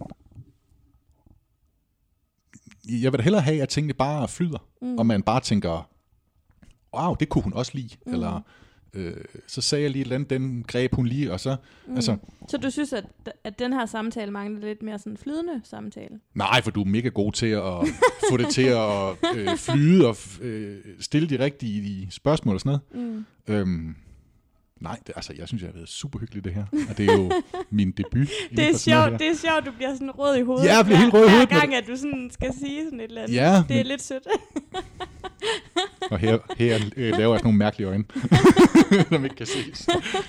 Jeg vil da hellere have, at tingene bare flyder. Og man bare tænker, wow, det kunne hun også lide. Eller så sagde jeg lige et eller andet, den greb hun lige, og så... Altså, så du synes, at den her samtale mangler lidt mere sådan flydende samtale? Nej, for du er mega god til at få det til at flyde og stille de rigtige spørgsmål og sådan noget. Nej, jeg synes, jeg har været super hyggelig det her. Og det er jo min debut. Det er sjovt, du bliver sådan rød i hovedet. Ja, jeg bliver helt rød i hovedet. Hver gang, at du sådan skal sige sådan et eller andet. Ja, det er lidt sødt. Og her laver jeg sådan nogle mærkelige øjne, som ikke kan ses.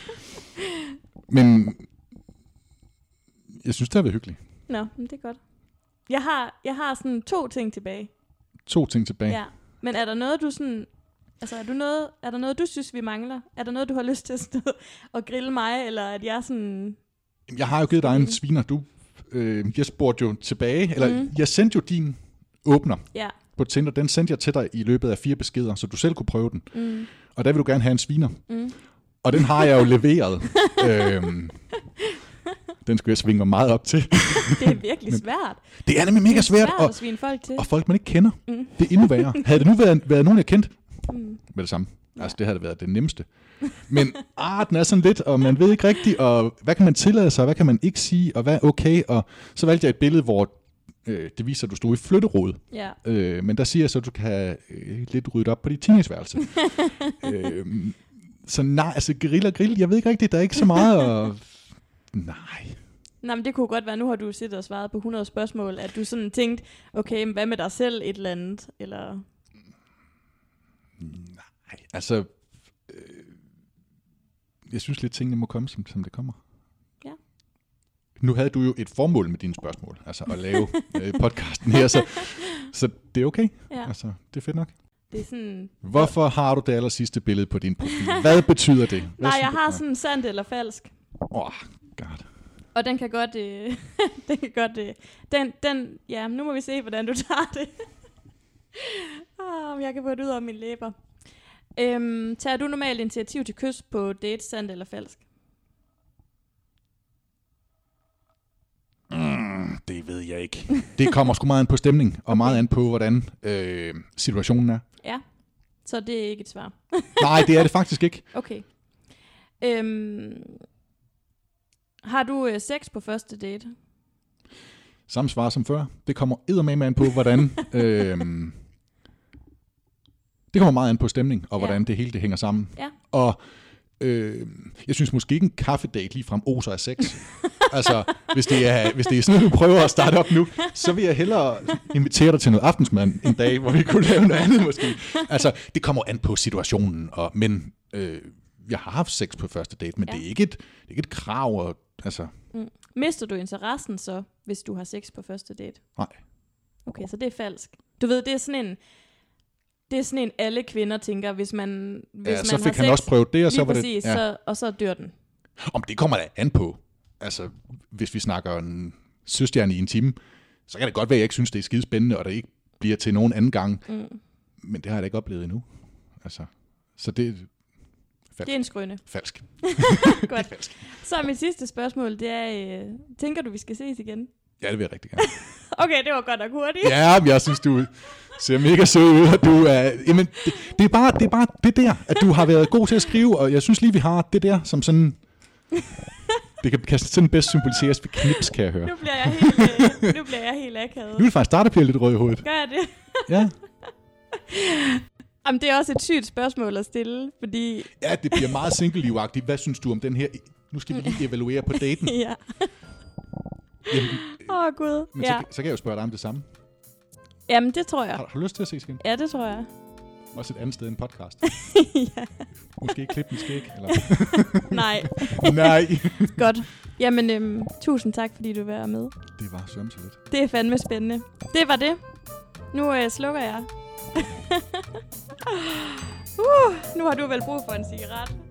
Men jeg synes, det har været hyggeligt. Nå, det er godt. Jeg har sådan 2 ting tilbage. 2 ting tilbage? Ja, men er der noget, du sådan... Altså, er der noget, du synes, vi mangler? Er der noget, du har lyst til at grille mig, eller at jeg sådan... Jeg har jo givet dig en sviner. Jeg spurgte jo tilbage, eller jeg sendte jo din åbner på Tinder. Den sendte jeg til dig i løbet af 4 beskeder, så du selv kunne prøve den. Og der vil du gerne have en sviner. Og den har jeg jo leveret. Den skulle jeg svinge mig meget op til. Det er virkelig svært. Det er nemlig mega svært at svine folk til. Og folk, man ikke kender. Det er endnu værre. Havde det nu været nogen, jeg kendte, med det samme. Altså, det havde været det nemmeste. Men den er sådan lidt, og man ved ikke rigtigt, og hvad kan man tillade sig, og hvad kan man ikke sige, og hvad er okay. Og så valgte jeg et billede, hvor det viser, at du stod i flytterod. Ja. Men der siger jeg så, at du kan have lidt ryddet op på dit teenageværelse. Så nej, altså grill, jeg ved ikke rigtigt, der er ikke så meget at... Nej, men det kunne godt være, nu har du siddet og svaret på 100 spørgsmål, at du sådan tænkte, okay, hvad med dig selv, et eller andet, eller... Nej, altså... jeg synes lidt, tingene må komme, som det kommer. Ja. Nu havde du jo et formål med dine spørgsmål, altså at lave podcasten her, så det er okay. Ja. Altså, det er fedt nok. Det er sådan... Hvorfor har du det aller sidste billede på din profil? Hvad betyder det? Nej, jeg har sådan sandt eller falsk. God. Og den kan godt... ja, nu må vi se, hvordan du tager det. Om jeg kan få det ud af mine læber. Tager du normalt initiativ til kys på date, sandt eller falsk? Det ved jeg ikke. Det kommer sgu meget an på stemning, og meget an på, hvordan situationen er. Ja, så det er ikke et svar. Nej, det er det faktisk ikke. Okay. Har du sex på første date? Samme svar som før. Det kommer eddermame an på, hvordan... det kommer meget an på stemning, og hvordan det hele det hænger sammen. Ja. Og jeg synes måske ikke en kaffedate ligefrem oser af sex. Altså, hvis det er sådan noget, du prøver at starte op nu, så vil jeg hellere invitere dig til noget aftensmad en dag, hvor vi kunne lave noget andet måske. Altså, det kommer an på situationen, men jeg har haft sex på første date, men det er ikke et krav. Og, altså. Mister du interessen så, hvis du har sex på første date? Nej. Okay, så det er falsk. Du ved, det er sådan en alle kvinder tænker, hvis man så fik har han også prøvet det, og så var præcis, det... og så dør den. Om det kommer da an på. Altså, hvis vi snakker en søstjerne i en time, så kan det godt være, at jeg ikke synes, det er skide spændende, og der ikke bliver til nogen anden gang. Men det har jeg da ikke oplevet endnu. Altså, så det er falsk. Det er en skrøne. Falsk. Godt. Falsk. Så mit sidste spørgsmål, det er, tænker du, vi skal ses igen? Ja, det vil jeg rigtig gerne. Okay, det var godt nok hurtigt. Ja, men jeg synes, du ser mega sød ud, og du er... Jamen, det er bare det der, at du har været god til at skrive, og jeg synes lige, vi har det der, som sådan... Det kan sådan bedst symboliseres ved knips, kan jeg høre. Nu bliver jeg helt akavet. Nu er det faktisk dig, der bliver lidt rød i hovedet. Gør jeg det? Ja. Jamen, det er også et sygt spørgsmål at stille, fordi... Ja, det bliver meget single-liv-agtigt. Hvad synes du om den her... Nu skal vi lige evaluere på daten. Ja. Gud. Men så kan jeg jo spørge dig om det samme. Jamen, det tror jeg. Har du lyst til at ses igen? Ja, det tror jeg. Også et andet sted end podcast. Ja. Måske klippe en skæg, eller? Nej. Nej. Godt. Jamen, tusind tak, fordi du var med. Det var så lidt. Det er fandme spændende. Det var det. Nu slukker jeg. Nu har du vel brug for en cigaret.